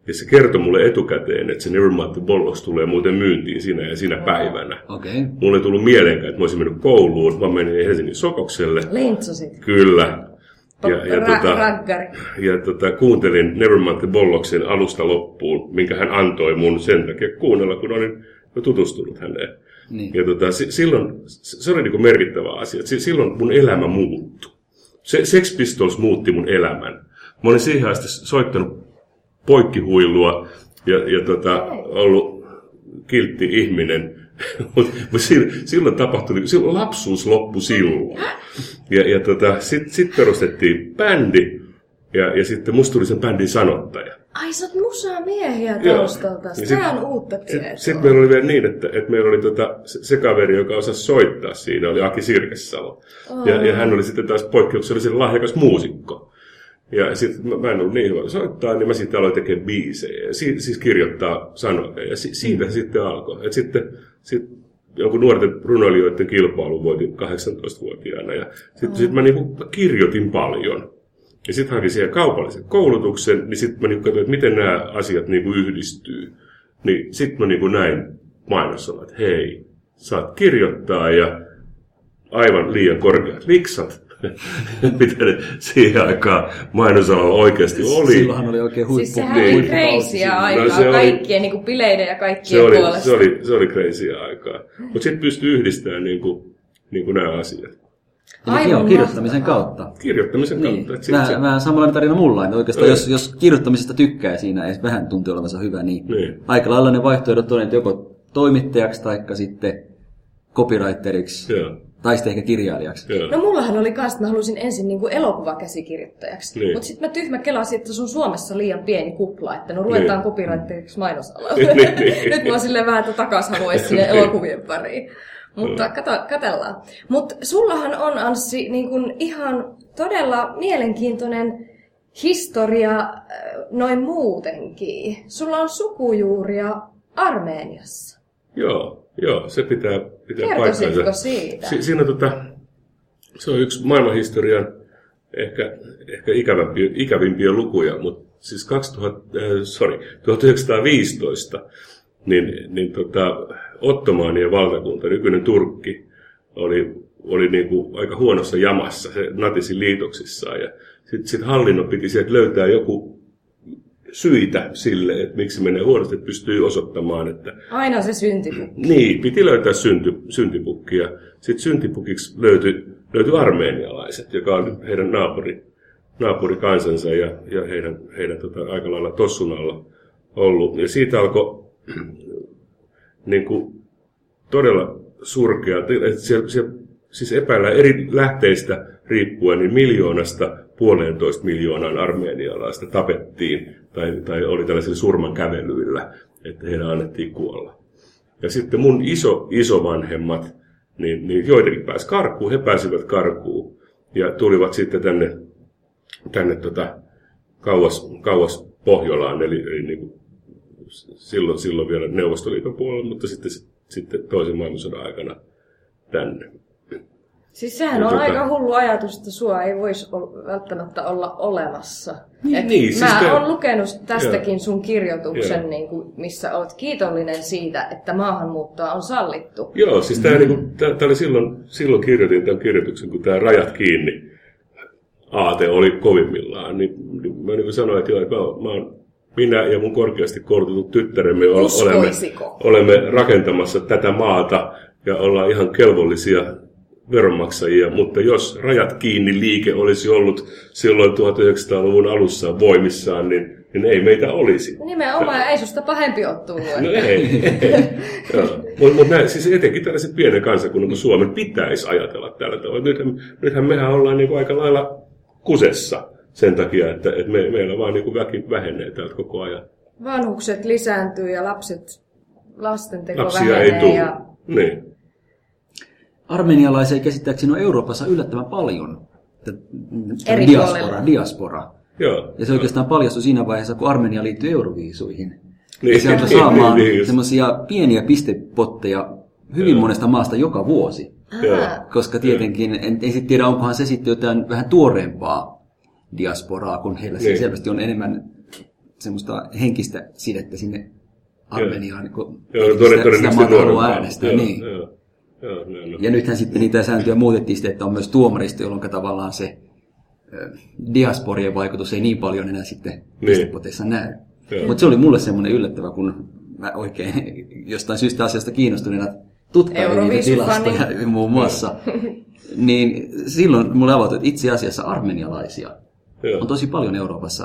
Ja se kertoi mulle etukäteen, että se Nevermind the Bollocks tulee muuten myyntiin siinä ja siinä päivänä. Okay. Mulle ei tullut mieleenkään, että mä olisin mennyt kouluun, vaan menin Helsingin Sokokselle. Lintsasit. Kyllä. Ja, ja, Ra- tota, raggari. ja tota, kuuntelin Nevermind the Bollocksin alusta loppuun, minkä hän antoi mun sen takia kuunnella, kun olin jo tutustunut häneen. Niin. Ja tota, s- silloin, se oli niinku merkittävä asia. S- silloin mun elämä muuttui. Se, Sex Pistols muutti mun elämän. Mä olin siihen asti soittanut poikkihuilua ja, ja tota, ollut kiltti ihminen. Mutta silloin tapahtui, silloin lapsuus loppui silloin. Ja, ja tota, sitten sit perustettiin bändi ja, ja sitten musta tuli sen bändin sanottaja. Ai sä oot musamiehiä taustalta. Tämä on uutta tietoa. Sitten sit meillä oli vielä niin, että, että meillä oli tota, se, se kaveri, joka osasi soittaa siinä, oli Aki Sirkessalo. Oh. Ja, ja hän oli sitten taas poikkeuksellisen lahjakas muusikko. Ja sitten mä, mä en ollut niin hyvä soittaa, niin mä sitten aloin tekemään biisejä. Ja si, siis kirjoittaa sanoja. Ja si, siitä mm. se sitten alkoi. Et sitten sit jonkun nuorten runoilijoiden kilpailun voitin kahdeksantoistavuotiaana. Ja sitten oh. sit mä niinku kirjoitin paljon. Ja sitten hankin siihen kaupallisen koulutuksen, niin sitten mä niinku katsoin, että miten nämä asiat niinku yhdistyy. Niin sitten mä niinku näin mainosalla, että hei, saat kirjoittaa ja aivan liian korkeat liksat. Mitä ne siihen aikaan mainosalalla oikeasti oli. Silloinhan oli oikein huippu. Siis sehän oli crazyä aikaa, no, oli, kaikkien niin kuin bileiden ja kaikkien se oli, puolesta. Se oli, se oli crazyä aikaa. Mutta sitten pystyy yhdistämään niin kuin, niin kuin nämä asiat. Aivan joo, kirjoittamisen kautta. Kirjoittamisen niin. kautta. Vähän, se... vähän samanlainen tarina mulla. Että oikeastaan jos, jos kirjoittamisesta tykkää siinä ja vähän tuntee olevansa hyvä, niin, niin aika lailla ne vaihtoehdot on, että joko toimittajaksi tai sitten copywriteriksi. Joo. Tai sitten ehkä kirjailijaksi. Joo. No mullahan oli kans, että mä halusin ensin niinku elokuvakäsikirjoittajaksi. Niin. Mutta sitten mä tyhmä kelasin, että sun Suomessa liian pieni kupla, että no ruvetaan niin copywriteriksi mainosalalle. niin, niin. Nyt mä oon silleen vähän, että takas haluaisi sinne elokuvien pariin. Mutta kato, katellaan. Mutta sullahan on, Anssi, niin kun ihan todella mielenkiintoinen historia noin muutenkin. Sulla on sukujuuria Armeniassa. Joo, joo, se pitää, pitää paikkansa. Kertoisitko siitä? Si- siinä tota, se on yksi maailmanhistorian ehkä, ehkä ikävimpiä, ikävimpiä lukuja, mutta siis kaksituhatta, äh, sorry, tuhatyhdeksänsataaviisitoista niin, niin tota, Ottomaanien valtakunta, nykyinen Turkki, oli, oli niinku aika huonossa jamassa, se natisi liitoksissaan. Ja sitten sit hallinnon piti sieltä löytää joku syitä sille, että miksi menee huonosti, että pystyy osoittamaan, että... Aina se syntipukki. Niin, piti löytää synty, syntipukki. Ja sitten syntipukiksi löytyi, löytyi armeenialaiset, joka on heidän naapuri, naapurikansansa ja, ja heidän, heidän tota, aika lailla tossun alla ollut. Ja siitä alkoi niin kuin, todella surkea. Siellä, siellä, siis epäillään eri lähteistä riippuen, niin miljoonasta puolentoista miljoonaan armeenialaista tapettiin tai, tai oli tällaisilla surmankävelyillä, että heidän annettiin kuolla. Ja sitten mun iso, isovanhemmat, niin, niin joitakin pääsi karkuun, he pääsivät karkuun ja tulivat sitten tänne, tänne tota, kauas, kauas Pohjolaan, eli, eli niin kuin silloin, silloin vielä Neuvostoliiton puolella, mutta sitten, sitten toisen maailmansodan aikana tänne. Siis sehän ja on tota... aika hullu ajatus, että sua ei voisi välttämättä olla olemassa. Niin, niin, mä siis oon te... lukenut tästäkin Joo. sun kirjoituksen, niin kuin, missä olet kiitollinen siitä, että maahanmuuttoa on sallittu. Joo, siis tää, mm. niin kuin, tää, tää oli silloin, silloin kirjoitin tämän kirjoituksen, kun tämä Rajat kiinni aate oli kovimmillaan. Niin, niin mä niin sanoin, että, joo, että mä, mä oon, minä ja mun korkeasti koulutetut tyttäremme olemme, olemme rakentamassa tätä maata ja ollaan ihan kelvollisia veronmaksajia, mutta jos Rajat kiinni liike olisi ollut silloin tuhatyhdeksänsataaluvun alussa voimissaan, niin, niin ei meitä olisi. Nimenomaan, ja ei susta pahempi ole tullut. No ei, ei. Mutta mut siis etenkin tällaisen pienen kansakunnan kuin Suomen pitäisi ajatella tällä tavalla. Nythän, nythän mehän ollaan niinku aika lailla kusessa sen takia, että, että me, meillä vaan niinku väki vähenee täältä koko ajan. Vanhukset lisääntyy ja lapset, lastenteko Lapsia vähenee. ei tule. Ja... Niin. Armenialaisia käsittääkseni on Euroopassa yllättävän paljon. Eri diaspora, diaspora. Joo, ja se oikeastaan paljastui siinä vaiheessa, kun Armenia liittyi Euroviisuihin. Niin, ja se alkoi niin, saamaan niin, niin, semmoisia pieniä pistepotteja hyvin Joo. monesta maasta joka vuosi. Joo. Koska tietenkin, en, en sitten tiedä, onkohan se sitten jotain vähän tuoreempaa diasporaa, kun heillä niin. selvästi on enemmän semmoista henkistä sidettä sinne Armeniaan, kun joo, sitä, todennäköisesti sitä maata haluaa äänestää. Joo, niin. joo, joo, no, no. Ja nythän sitten niitä sääntöjä muutettiin sitten, että on myös tuomaristo, jolloin tavallaan se diasporien vaikutus ei niin paljon enää sitten pistepoteissa näy. Mutta se oli mulle semmoinen yllättävä, kun mä oikein jostain syystä asiasta kiinnostuneena tutkailin niitä tilastoja muun muassa. Niin silloin mulle avautui, että itse asiassa armenialaisia Joo. on tosi paljon Euroopassa.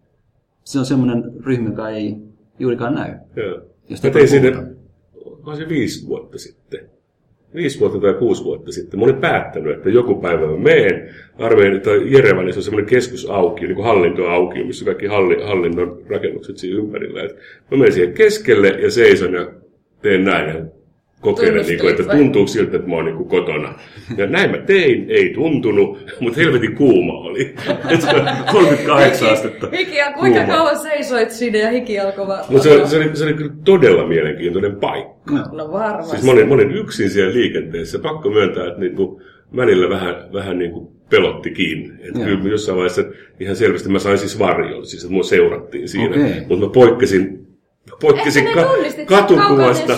Se on semmoinen ryhmä, joka ei juurikaan näy. Joo. Mä tein sinne, onko se viisi vuotta sitten? Viisi vuotta tai kuusi vuotta sitten. Mä olin päättänyt, että joku päivä mä menen Armeniaan, tai Jerevanissa on semmoinen keskusaukio, niin kuin hallintoaukio, missä kaikki halli, hallinnon rakennukset siinä ympärillä. Et mä menen siihen keskelle ja seison ja teen näin ja kokeilen, niin kuin, että tuntuu siltä, että mä oon niin kotona. Ja näin mä tein, ei tuntunut, mutta helvetin kuuma oli. kolmekymmentäkahdeksan astetta. Hiki, ja kuinka kuuma. Kauan seisoit siinä ja hiki alkoi vaan. No se, se, oli, se oli kyllä todella mielenkiintoinen paikka. No, no varmasti. Siis mä olin, mä olin yksin siellä liikenteessä. Pakko myöntää, että niin kuin, välillä vähän, vähän niin kuin pelottikin. Että kyllä jossain vaiheessa ihan selvästi mä sain siis varjon, siis että mua seurattiin siinä. Okay. Mutta mä poikkesin Poikkesin ka- katukuvasta,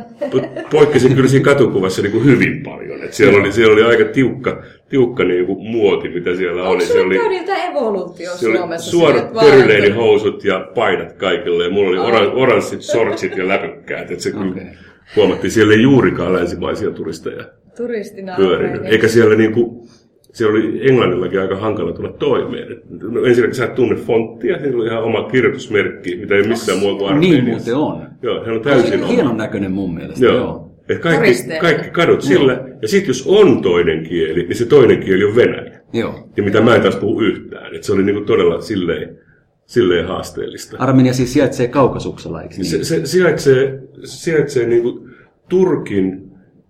poikkesin kyllä siinä katukuvassa niin kuin hyvin paljon. Et siellä, oli, siellä oli aika tiukka, tiukka niin kuin muoti, mitä siellä Onko oli. Onko sinulla käynyt jotain evoluutio Suomessa? Suorat pöryleenhousut ja paidat kaikille. Ja mulla oli oran, oranssit shortsit ja läpykkäät. Et se okay. kyllä huomattiin, siellä ei juurikaan länsimaisia turisteja pyörinyt. Eikä siellä niin kuin, siellä oli englannillakin aika hankala tulla toimeen. No, ensinnäkin sä et tunne fonttia, siinä oli ihan oma kirjoitusmerkki, mitä ei missään muuta kuin Armeniassa. Niin muuten on. Joo, hän on täysin oma. Hienon näköinen mun mielestä, joo. joo. Et kaikki, kaikki kadut sillä, joo. Ja sitten jos on toinen kieli, niin se toinen kieli on venäjä. Joo. Ja mitä joo. Mä en taas puhu yhtään. Et se oli niinku todella silleen, silleen haasteellista. Armenia siis sijaitsee Kaukasuksella, eikö niin? Se, se sijaitsee, sijaitsee niinku Turkin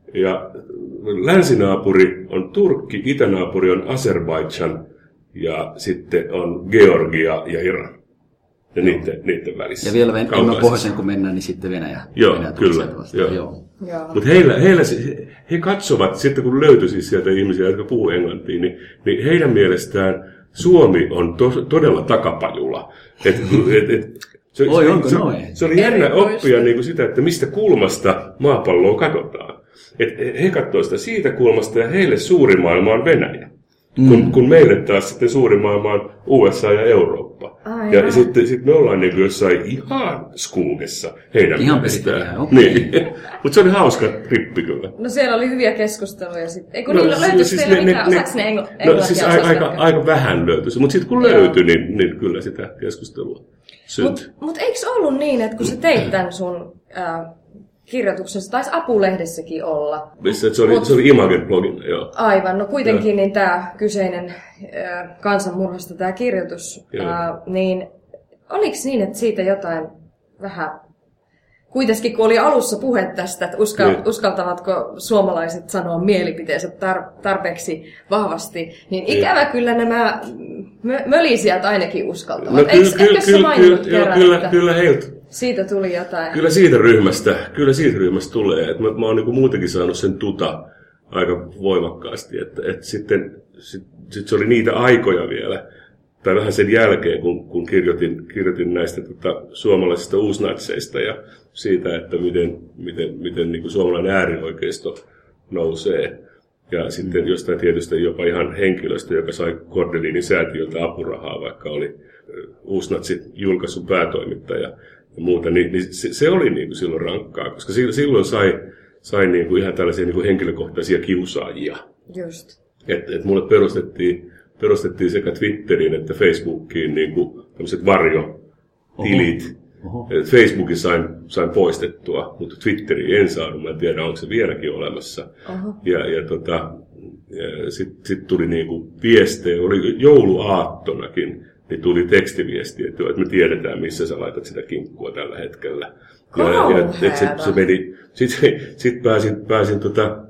ja länsinaapuri on Turkki, itänaapuri on Azerbaidžan ja sitten on Georgia ja Iran. Ja niiden, niiden välissä. Ja vielä enemmän pohjoisen kun mennään, niin sitten Venäjä. Joo, Venäjä kyllä. Joo. Joo. Mutta heillä, heillä, he katsovat, sitten kun löytyi siis sieltä ihmisiä, jotka puhuu englantia, niin, niin heidän mielestään Suomi on to, todella takapajula. Et, et, et, se, Oi, se, onko se, noin? Se oli jännä oppia niin kuin sitä, että mistä kulmasta maapalloa katsotaan. Et he katsovat sitä siitä kulmasta ja heille suuri maailma on Venäjä. Mm. Kun, kun meille taas sitten suuri maailma on U S A ja Eurooppa. Ai ja sitten sit me ollaan niin kuin jossain ihan skuugessa heidän ihan mielestään. Okay. Niin. Mutta se oli hauska trippi kyllä. No siellä oli hyviä keskusteluja sitten. Eikö no, niillä löytyisi siis teillä mitään? Osaako ne engl- englantia? No siis aika, aika, aika vähän löytyisi. Mutta sitten kun Joo. löytyi, niin, niin kyllä sitä keskustelua syntyi. Mutta mut eikö ollut niin, että kun sä teit tämän sun Äh, kirjoituksessa, taisi Apulehdessäkin olla. Missä, se oli, Mut, se oli Imagen-blogilla, joo. Aivan, no kuitenkin niin tämä kyseinen äh, kansanmurhasta tämä kirjoitus, äh, niin oliko niin, että siitä jotain vähän, kuitenkin kun oli alussa puhe tästä, että uskal, niin. uskaltavatko suomalaiset sanoa mielipiteensä tar- tarpeeksi vahvasti, niin ikävä niin. kyllä nämä mö- mölisijät ainakin uskaltavat. No, Eikö, kyllä, eikö kyllä, se mainitut kyllä, kerran, kyllä, että kyllä heiltä. Siitä tuli jotain. Kyllä siitä ryhmästä, kyllä siitä ryhmästä tulee. Et mä, mä oon niinku muutenkin saanut sen tuta aika voimakkaasti. Että et sitten sit, sit se oli niitä aikoja vielä, tai vähän sen jälkeen, kun, kun kirjoitin, kirjoitin näistä tota, suomalaisista uusnatseista ja siitä, että miten, miten, miten niinku suomalainen äärioikeisto nousee. Ja sitten jostain tietystä jopa ihan henkilöstä, joka sai Kordelinin säätiöltä apurahaa, vaikka oli uusnatsit julkaisun päätoimittaja ja muuta, niin, niin se, se oli niin kuin silloin rankkaa, koska silloin sai, sai niin kuin ihan tällaisia niin kuin henkilökohtaisia kiusaajia. Just. Et, et mulle perustettiin, perustettiin sekä Twitteriin että Facebookiin niin kuin tämmöiset varjotilit. Oho. Oho. Facebookin sain, sain poistettua, mutta Twitteriin en saanut. Mä en tiedä, onko se vieläkin olemassa. Oho. Ja, ja, tota, ja sitten sit tuli niin kuin viestejä, oli jouluaattonakin. Niin tuli tekstiviesti, että me tiedetään, missä sä laitat sitä kinkkua tällä hetkellä. Ja, ja et se, se meni. Sitten sit pääsin, pääsin tota,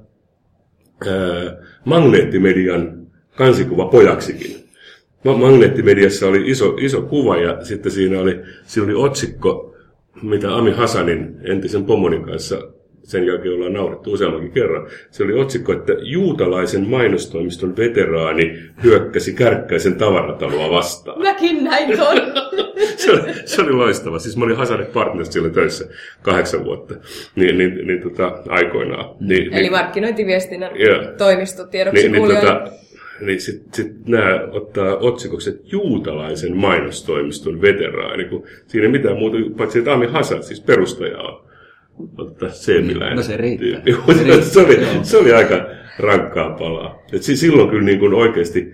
ää, Magneettimedian kansikuva pojaksikin. Magneettimediassa oli iso, iso kuva ja sitten siinä oli, siinä oli otsikko, mitä Ami Hasanin entisen pomoni kanssa sen jälkeen ollaan naurettu useammankin kerran. Se oli otsikko, että juutalaisen mainostoimiston veteraani hyökkäsi Kärkkäisen tavarataloa vastaan. Mäkin näin ton. se, oli, se oli loistava. Siis mä olin Hazard Partners siellä töissä kahdeksan vuotta niin, niin, niin, tota, aikoinaan. Niin, Eli niin, markkinointiviestinnän yeah. toimisto tiedoksi niin, niin, kuulijoille. tota, niin sitten sit nämä ottaa otsikoksi, että juutalaisen mainostoimiston veteraani, kun siinä ei mitään muuta, paitsi että Ami Hazard, siis perustaja on, ottaa seemiläinen. No se riittää. Se, riittää. se, oli, se oli aika rankkaa palaa. Et silloin kyllä niin kuin oikeasti,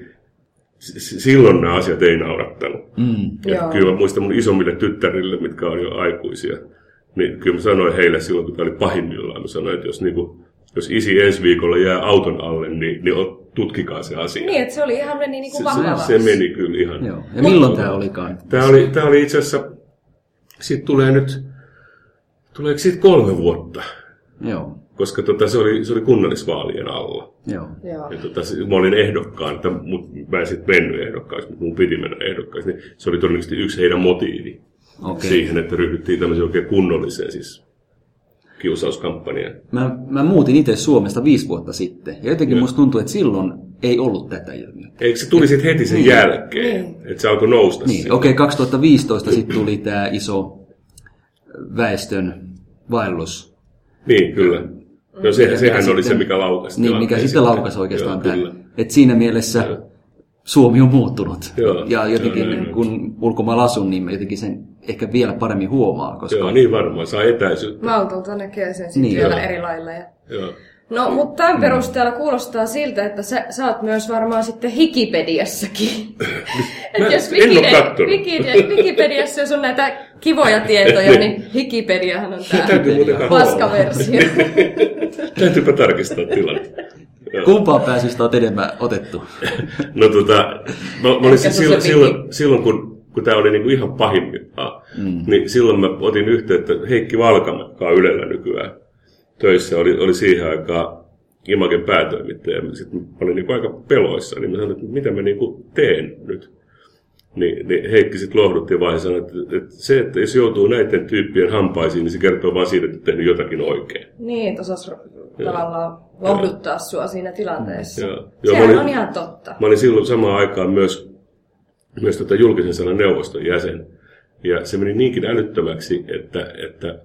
silloin nämä asiat ei naurattanut. Mm. Kyllä mä muistan mun isommille tyttärille, mitkä on jo aikuisia, niin kyllä mä sanoin heille silloin, kun tämä oli pahimmillaan, mä sanoin, että jos, niin kuin, jos isi ensi viikolla jää auton alle, niin, niin tutkikaa se asia. Niin, että se oli ihan meni niin kuin vakavaksi. Se, se meni kyllä ihan. Joo. Ja milloin tämä olikaan? Tämä oli, tämä oli itse asiassa, siitä tulee nyt, tuleeko siitä kolme vuotta? Joo. Koska tota, se, oli, se oli kunnallisvaalien alla. Joo. Ja tota, mä olin ehdokkaan, että mut, mä en sitten mennyt ehdokkaaksi, mutta mun piti mennä ehdokkaaksi. Niin se oli todennäköisesti yksi heidän motiivi okay. siihen, että ryhdyttiin tämmöiseen oikein kunnolliseen siis kiusauskampanjaan. Mä, mä muutin itse Suomesta viisi vuotta sitten. Ja jotenkin ja. musta tuntuu, että silloin ei ollut tätä ilmiötä. Eikö se tuli sitten heti sen niin. jälkeen? Niin. Että se alkoi nousta niin. Okei, okay, kaksituhattaviisitoista sitten tuli tämä iso väestön vaellus. Niin, kyllä. No se, sehän oli sitten, se, mikä laukasi. Niin, mikä sitten laukasi oikeastaan tämän. Että siinä mielessä ja. Suomi on muuttunut. Joo, ja jotenkin joo, kun ulkomailla asun, niin jotenkin sen ehkä vielä paremmin huomaa. Koska... Joo, niin varmaan. Saa etäisyyttä. Maltolta näkee sen sitten niin, vielä joo. eri lailla. Ja... Joo. No, mutta tämän perusteella kuulostaa siltä, että sä, sä oot myös varmaan sitten Hikipediassakin. Mä jos en Wikide, ole kattonut. Wikide, Wikipediassa, jos on näitä kivoja tietoja, niin Hikipediahan on tämä paskaversio. Täytyypä tarkistaa tilanne. Kumpaa pääsystä olet enemmän otettu? No tota, mä, mä olin silloin, silloin, silloin kun, kun tämä oli niinku ihan pahimmillaan, mm. niin silloin mä otin yhteyttä Heikki Valkamäki, joka on Ylellä nykyään töissä, oli, oli siihen aikaan Imagen päätoimittaja. Sitten mä olin niinku aika peloissa, niin mä sanoin, että mitä mä niinku teen nyt. Niin, niin Heikki sitten lohdutti vaan ja sanoi, että, että se, että jos joutuu näiden tyyppien hampaisiin, niin se kertoo vaan siitä, että on tehnyt jotakin oikein. Niin, että osasi tavallaan lohduttaa sua siinä tilanteessa. Joo. Sehän olin, on ihan totta. Mä olin silloin samaan aikaan myös, myös tota julkisen sanan neuvoston jäsen. Ja se meni niinkin älyttömäksi, että, että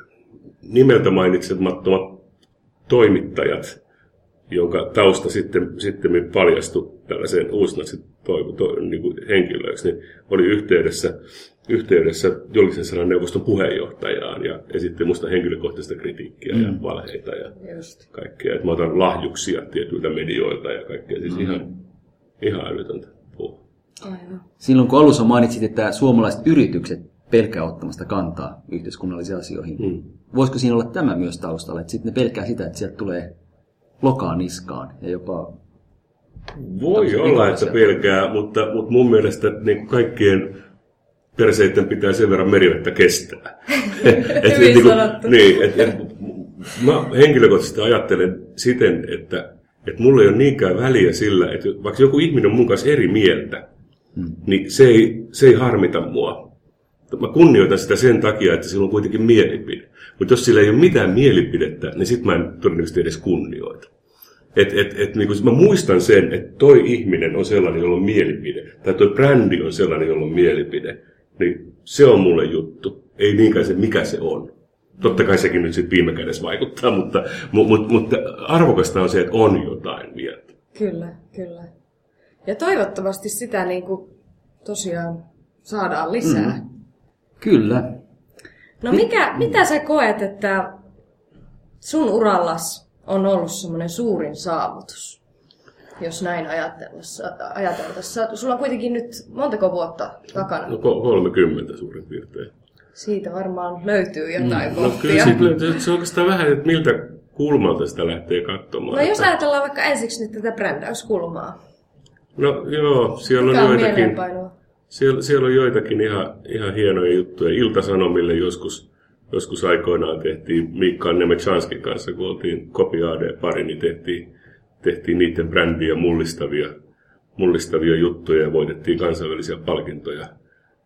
nimeltä mainitsemattomat toimittajat, jonka tausta sitten, sitten paljastui tällaiseen uusnatsit niin henkilöiksi, niin oli yhteydessä, yhteydessä julkisen sanan neuvoston puheenjohtajaan ja esitti musta henkilökohtaista kritiikkiä mm. ja valheita ja Just. kaikkea. Että mä otan lahjuksia tietyiltä medioilta ja kaikkea. Siis mm. ihan, ihan älytöntä puhua. Silloin kun alussa mainitsit, että suomalaiset yritykset pelkää ottamasta kantaa yhteiskunnallisiin asioihin, mm. voisiko siinä olla tämä myös taustalla, että sitten ne pelkää sitä, että sieltä tulee lokaan niskaan ja jopa... Voi olla, että pelkää, mutta, mutta mun mielestä niin kaikkien perseiden pitää sen verran merivettä kestää. et, Hyvin niin, sanottu. Niin, et, et, mä henkilökohtaisesti ajattelen siten, että, että mulla ei ole niinkään väliä sillä, että vaikka joku ihminen on mun kanssa eri mieltä, hmm. niin se ei, se ei harmita mua. Mä kunnioitan sitä sen takia, että sillä on kuitenkin mielipide. Mutta jos sillä ei ole mitään mielipidettä, niin sit mä en todennäköisesti edes kunnioita. Et, et, et, niin mä muistan sen, että toi ihminen on sellainen, jolla on mielipide, tai toi brändi on sellainen, jolla on mielipide, niin se on mulle juttu. Ei niinkään se, mikä se on. Totta kai sekin nyt sitten viime kädessä vaikuttaa, mutta, mutta, mutta arvokasta on se, että on jotain mieltä. Kyllä, kyllä. Ja toivottavasti sitä niin kuin tosiaan saadaan lisää. Mm. Kyllä. No mikä, mitä sä koet, että sun urallas on ollut semmoinen suurin saavutus, jos näin ajateltaisiin? Sulla on kuitenkin nyt montako vuotta takana? No kolmekymmentä suurin piirtein. Siitä varmaan löytyy jotain mm. kohtia. No kyllä siitä löytyy. Se on oikeastaan vähän, että miltä kulmalta sitä lähtee katsomaan. No jos ajatellaan vaikka ensiksi nyt tätä brändäyskulmaa. No joo, siellä Mikä on on joitakin... Siellä, siellä on joitakin ihan, ihan hienoja juttuja. Ilta-Sanomille joskus, joskus aikoinaan tehtiin Mikael Nemechanskin kanssa, kun oltiin Copy A D-pari, niin tehtiin, tehtiin niiden brändiä mullistavia, mullistavia juttuja ja voitettiin kansainvälisiä palkintoja.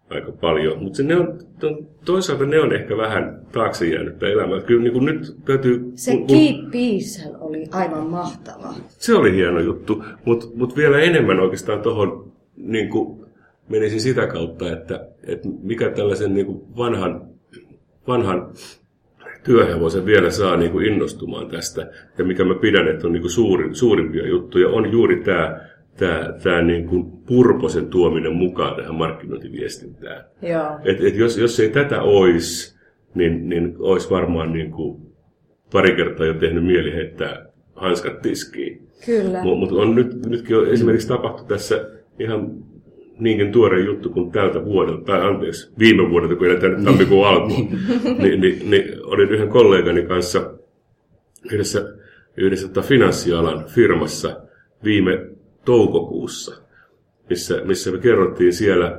aika paljon. Mutta toisaalta ne on ehkä vähän taakse jäänyttä elämää. Kyllä niin kuin nyt täytyy... Se Keep Peace oli aivan mahtava. Se oli hieno juttu, mutta mut vielä enemmän oikeastaan tuohon niin kuin menisin sitä kautta, että, että mikä tällaisen niin kuin vanhan, vanhan työhevosen vielä saa niin kuin innostumaan tästä, ja mikä mä pidän, että on niin kuin suurin, suurimpia juttuja, on juuri tämä Tämä, tämä niin kuin Purposen tuominen mukaan tähän markkinointiviestintään. Et, et jos, jos ei tätä olisi, niin, niin olisi varmaan niin kuin pari kertaa jo tehnyt mieli heittää hanskat tiskiin. Kyllä. Mutta on nyt, nytkin on esimerkiksi tapahtunut tässä ihan niinkin tuore juttu kuin tältä vuodelta, tai anteeksi, viime vuodelta, kun eletään tammikuun alkuun, niin, niin, niin olin yhden kollegani kanssa yhdessä, yhdessä finanssialan firmassa viime toukokuussa, missä, missä me kerrottiin siellä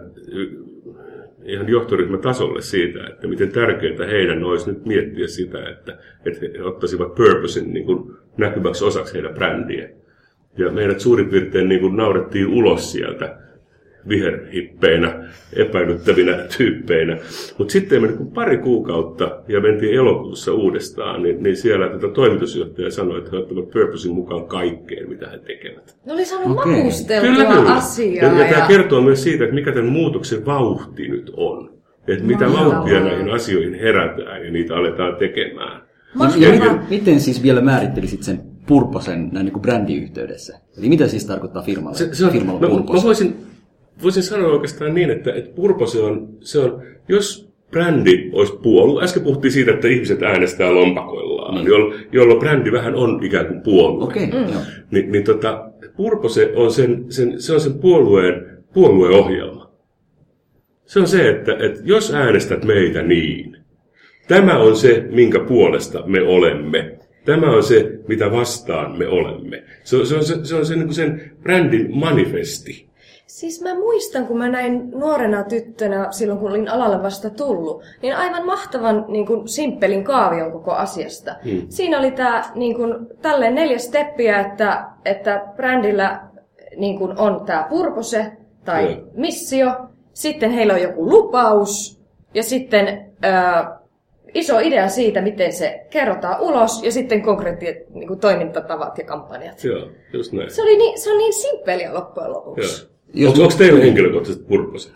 ihan johtoryhmätasolle siitä, että miten tärkeää heidän olisi nyt miettiä sitä, että, että he ottaisivat purposen niin kuin näkyväksi osaksi heidän brändiä. Ja meidät suurin piirtein niin kuin naurettiin ulos sieltä viherhippeinä, epäilyttävinä tyyppeinä. Mutta sitten meni pari kuukautta ja mentiin elokuussa uudestaan, niin, niin siellä tätä toimitusjohtaja sanoi, että he ottavat purposen mukaan kaikkeen, mitä he tekevät. Ne oli saanut okay. makusteltua kyllä, kyllä. asiaa. Ja, ja, ja tämä kertoo myös siitä, että mikä tämän muutoksen vauhti nyt on. Että mitä vauhtia näihin asioihin herätään ja niitä aletaan tekemään. Ja miten, miten siis vielä määrittelisit sen Purposen näin niin kuin brändiyhteydessä? Eli mitä siis tarkoittaa firmalle? Se, se on, firmalle mä, Purpose? mä voisin... Voisin sanoa oikeastaan niin, että, että Purpose on, se on, jos brändi olisi puolue, äsken puhuttiin siitä, että ihmiset äänestää lompakoillaan, mm. jolloin, jolloin brändi vähän on ikään kuin puolue. Okay, mm. Ni, niin tota, Purpose on sen, sen, se on sen puolueen puolueohjelma. Se on se, että, että jos äänestät meitä niin, tämä on se, minkä puolesta me olemme. Tämä on se, mitä vastaan me olemme. Se, se on se, se, on se niin kuin sen brändin manifesti. Siis mä muistan, kun mä näin nuorena tyttönä, silloin kun olin alalle vasta tullut, niin aivan mahtavan niin kuin, simppelin kaavion koko asiasta. Hmm. Siinä oli tää, niin kuin, tälleen neljä steppiä, että, että brändillä niin kuin, on tää Purpose tai hmm. missio, sitten heillä on joku lupaus ja sitten ää, iso idea siitä, miten se kerrotaan ulos ja sitten konkreettiset niin kuin, toimintatavat ja kampanjat. Joo, just näin. Se, oli niin, se on niin simppeliä loppujen lopuksi. Joo. Onko, onko teillä henkilökohtaisesti Purpose?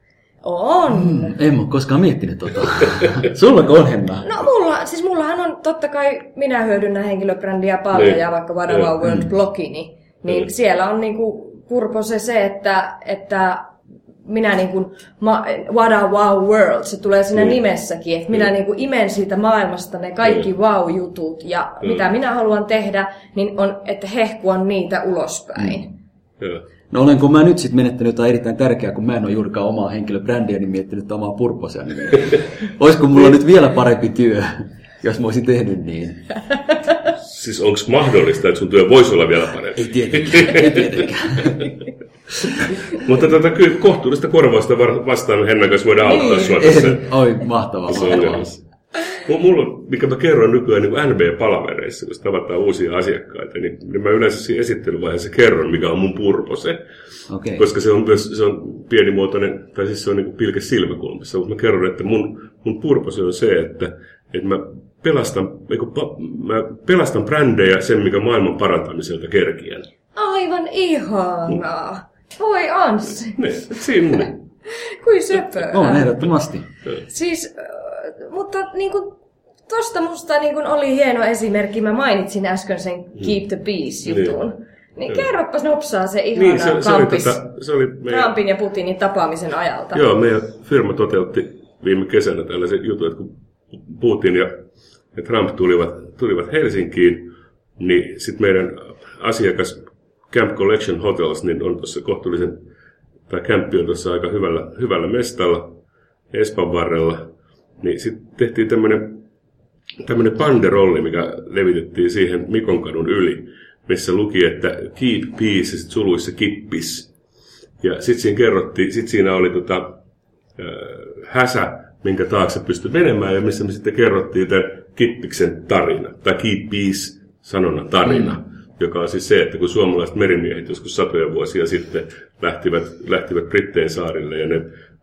On. Mm, en ole koskaan miettinyt tota. Sullako on Henna? No mulla, siis mullahan on totta kai, minä hyödynnän henkilöbrändiä paljon niin. Ja vaikka What About World-blogini, niin mm. siellä on niinku Purpose se, että, että minä niinku, ma, What About World, se tulee siinä mm. nimessäkin, että minä mm. niinku imen siitä maailmasta ne kaikki mm. wow-jutut ja mm. mitä minä haluan tehdä, niin on, että hehkuan niitä ulospäin. Mm. Yeah. No olenko mä nyt sitten menettänyt jotain erittäin tärkeää, kun mä en ole juurikaan omaa henkilöbrändiä, niin miettinyt omaa Purposea. Niin olisiko mulla nyt vielä parempi työ, jos mä olisin tehnyt niin? Siis onko mahdollista, että sun työ voisi olla vielä parempi? Ei tietenkään, ei tietenkään. Mutta tätä kyllä kohtuullista korvausta vastaan Hennan kanssa voidaan auttaa niin. Sua tässä. Oi, mahtavaa. Mulla, mikä mä kerron nykyään niin N B-palavereissa, kun tavataan uusia asiakkaita, niin, niin mä yleensä siinä esittelyvaiheessa kerron, mikä on mun Purpose. Okay. Koska se on myös se on pienimuotoinen, tai siis se on niin pilke silmäkulmassa. Mutta mä kerron, että mun, mun Purpose on se, että, että mä, pelastan, mä pelastan brändejä sen, mikä maailman parantamiselta kerkiän. Aivan ihanaa. Mm. Voi Anssi. Ne, sinne. Kuin söpöä. On, ehdottomasti. Siis... Mutta niin kuin, tosta musta niin kuin oli hieno esimerkki. Mä mainitsin äsken sen Keep the Peace-jutun. Niin, niin kerropas nopsaa se ihana niin, se, se kampis tota, se oli meidän... Trumpin ja Putinin tapaamisen ajalta. Joo, meidän firma toteutti viime kesänä tällaisen jutun, että kun Putin ja, ja Trump tulivat, tulivat Helsinkiin, niin sitten meidän asiakas Camp Collection Hotels niin on tuossa kohtuullisen, tai kämppi on tuossa aika hyvällä, hyvällä mestalla Espan varrella. Niin sitten tehtiin tämmöinen tämmöinen banderolli, mikä levitettiin siihen Mikonkadun yli, missä luki, että Keep Peace ja sitten suluissa Kippis. Ja sitten siinä kerrottiin, sitten siinä oli tota, äh, häsä, minkä taakse pystyi menemään, ja missä me sitten kerrottiin tämän Kippiksen tarina, tai Keep Peace sanonnan tarina, mm. joka on siis se, että kun suomalaiset merimiehet joskus satoja vuosia sitten lähtivät, lähtivät Brittein saarille, ja ne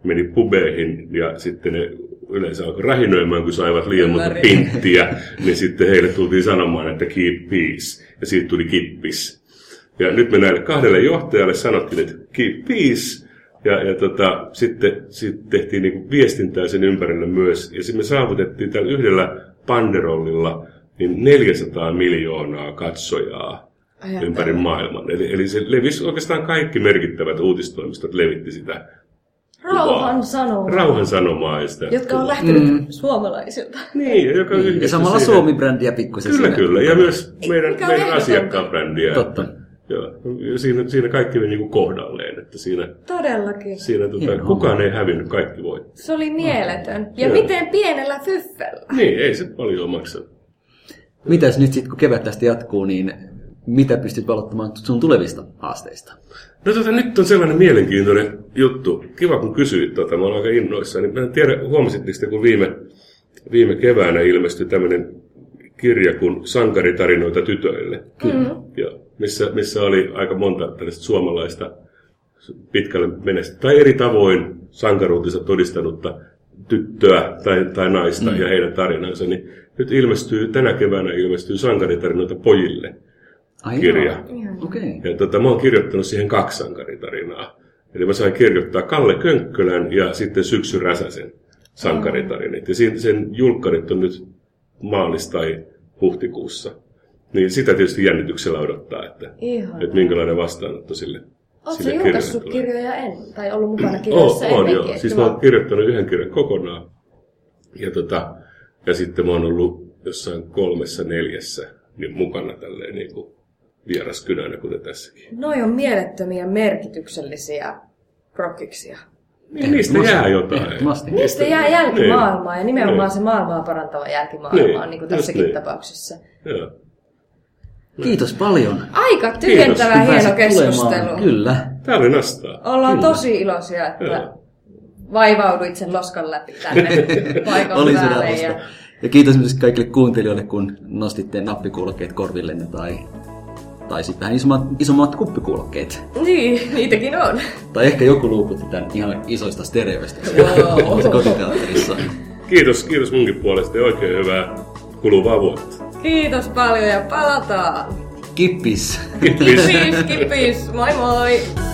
meni pubeihin ja sitten ne yleensä alkoi rähinöimään, kun saivat liian monta pinttiä, niin sitten heille tultiin sanomaan, että keep peace, ja siitä tuli kippis. Ja nyt me näille kahdelle johtajalle sanottiin, että keep peace, ja, ja tota, sitten, sitten tehtiin niinku viestintää sen ympärille myös, ja sitten me saavutettiin tällä yhdellä banderollilla niin neljäsataa miljoonaa katsojaa Ajattelu. ympäri maailman. Eli, eli se levisi oikeastaan kaikki merkittävät uutistoimistot levitti sitä Rauhan sanomaa. Rauhan sanomaa. Ja sitä jotka on lähtenyt mm. suomalaisilta. Niin, ja, joka mm. ja samalla siihen. Suomi-brändiä pikkusen. Kyllä, siinä. kyllä. Ja myös meidän, meidän asiakkaan brändiä. Totta. Joo, siinä, siinä kaikki meni niin kohdalleen. Että siinä, Todellakin. Siinä, tuota, kukaan ei hävinnyt, kaikki voitti. Se oli mieletön. Ja Joo. miten pienellä fyffellä. Niin, ei se paljon maksa. Mitäs nyt sitten, kun kevät tästä jatkuu, niin mitä pystyt valottamaan sun tulevista haasteista? No tota, nyt on sellainen mielenkiintoinen juttu. Kiva, kun kysyit tota, mä olen aika innoissani. Mä en tiedä, huomasitteko te, kun viime, viime keväänä ilmestyi tämmöinen kirja kuin Sankaritarinoita tytöille. Mm-hmm. Ja missä, missä oli aika monta tällaista suomalaista pitkälle menestä, tai eri tavoin sankaruutensa todistanutta tyttöä tai, tai naista mm. ja heidän tarinansa. Niin nyt ilmestyy, tänä keväänä ilmestyy Sankaritarinoita pojille. Ai kirja. Okay. Ja tota, mä oon kirjoittanut siihen kaksi sankaritarinaa. Eli mä sain kirjoittaa Kalle Könkkölän ja sitten Syksy Räsäsen sankaritarinit. Ja sen julkkarit on nyt maalis- tai huhtikuussa. Niin sitä tietysti jännityksellä odottaa, että, että minkälainen vastaanotto sille. Oletko sä julkaissut kirjoja ennen? Tai ollut mukana kirjoissa oh, ennenkin? On joo. Siis mä oon kirjoittanut yhden kirjan kokonaan. Ja, tota, ja sitten mä oon ollut jossain kolmessa neljässä niin mukana tälleen niin kuin vieraskynänä, kuten tässäkin. Noi on mielettömiä merkityksellisiä prokkiksia. Niin, niistä jää jotain. Niistä, niistä jää jälkimaailmaa niin. Ja nimenomaan niin. Se maailmaa parantava jälkimaailmaa, niin, niin kuin tässäkin niin. tapauksessa. Joo. Kiitos paljon. Aika tyhjentävä hieno keskustelu. Kyllä. Tää oli nastaa. Ollaan Kyllä. tosi iloisia, että Joo. vaivauduit sen loskan läpi tänne paikan oli päälle. Ja... ja kiitos myös kaikille kuuntelijoille, kun nostitte nappikuulokkeet korvillenne tai, tai sitten vähän isommat, isommat kuppikuulokkeet. Niin, niitäkin on. Tai ehkä joku luukutti tämän ihan isoista stereoista. Joo. Kotiteatterissa. Kiitos, kiitos munkin puolesta ja oikein hyvää kuluvaa vuotta. Kiitos paljon ja palataan. Kippis. Kippis. Kippis, kippis. Moi moi.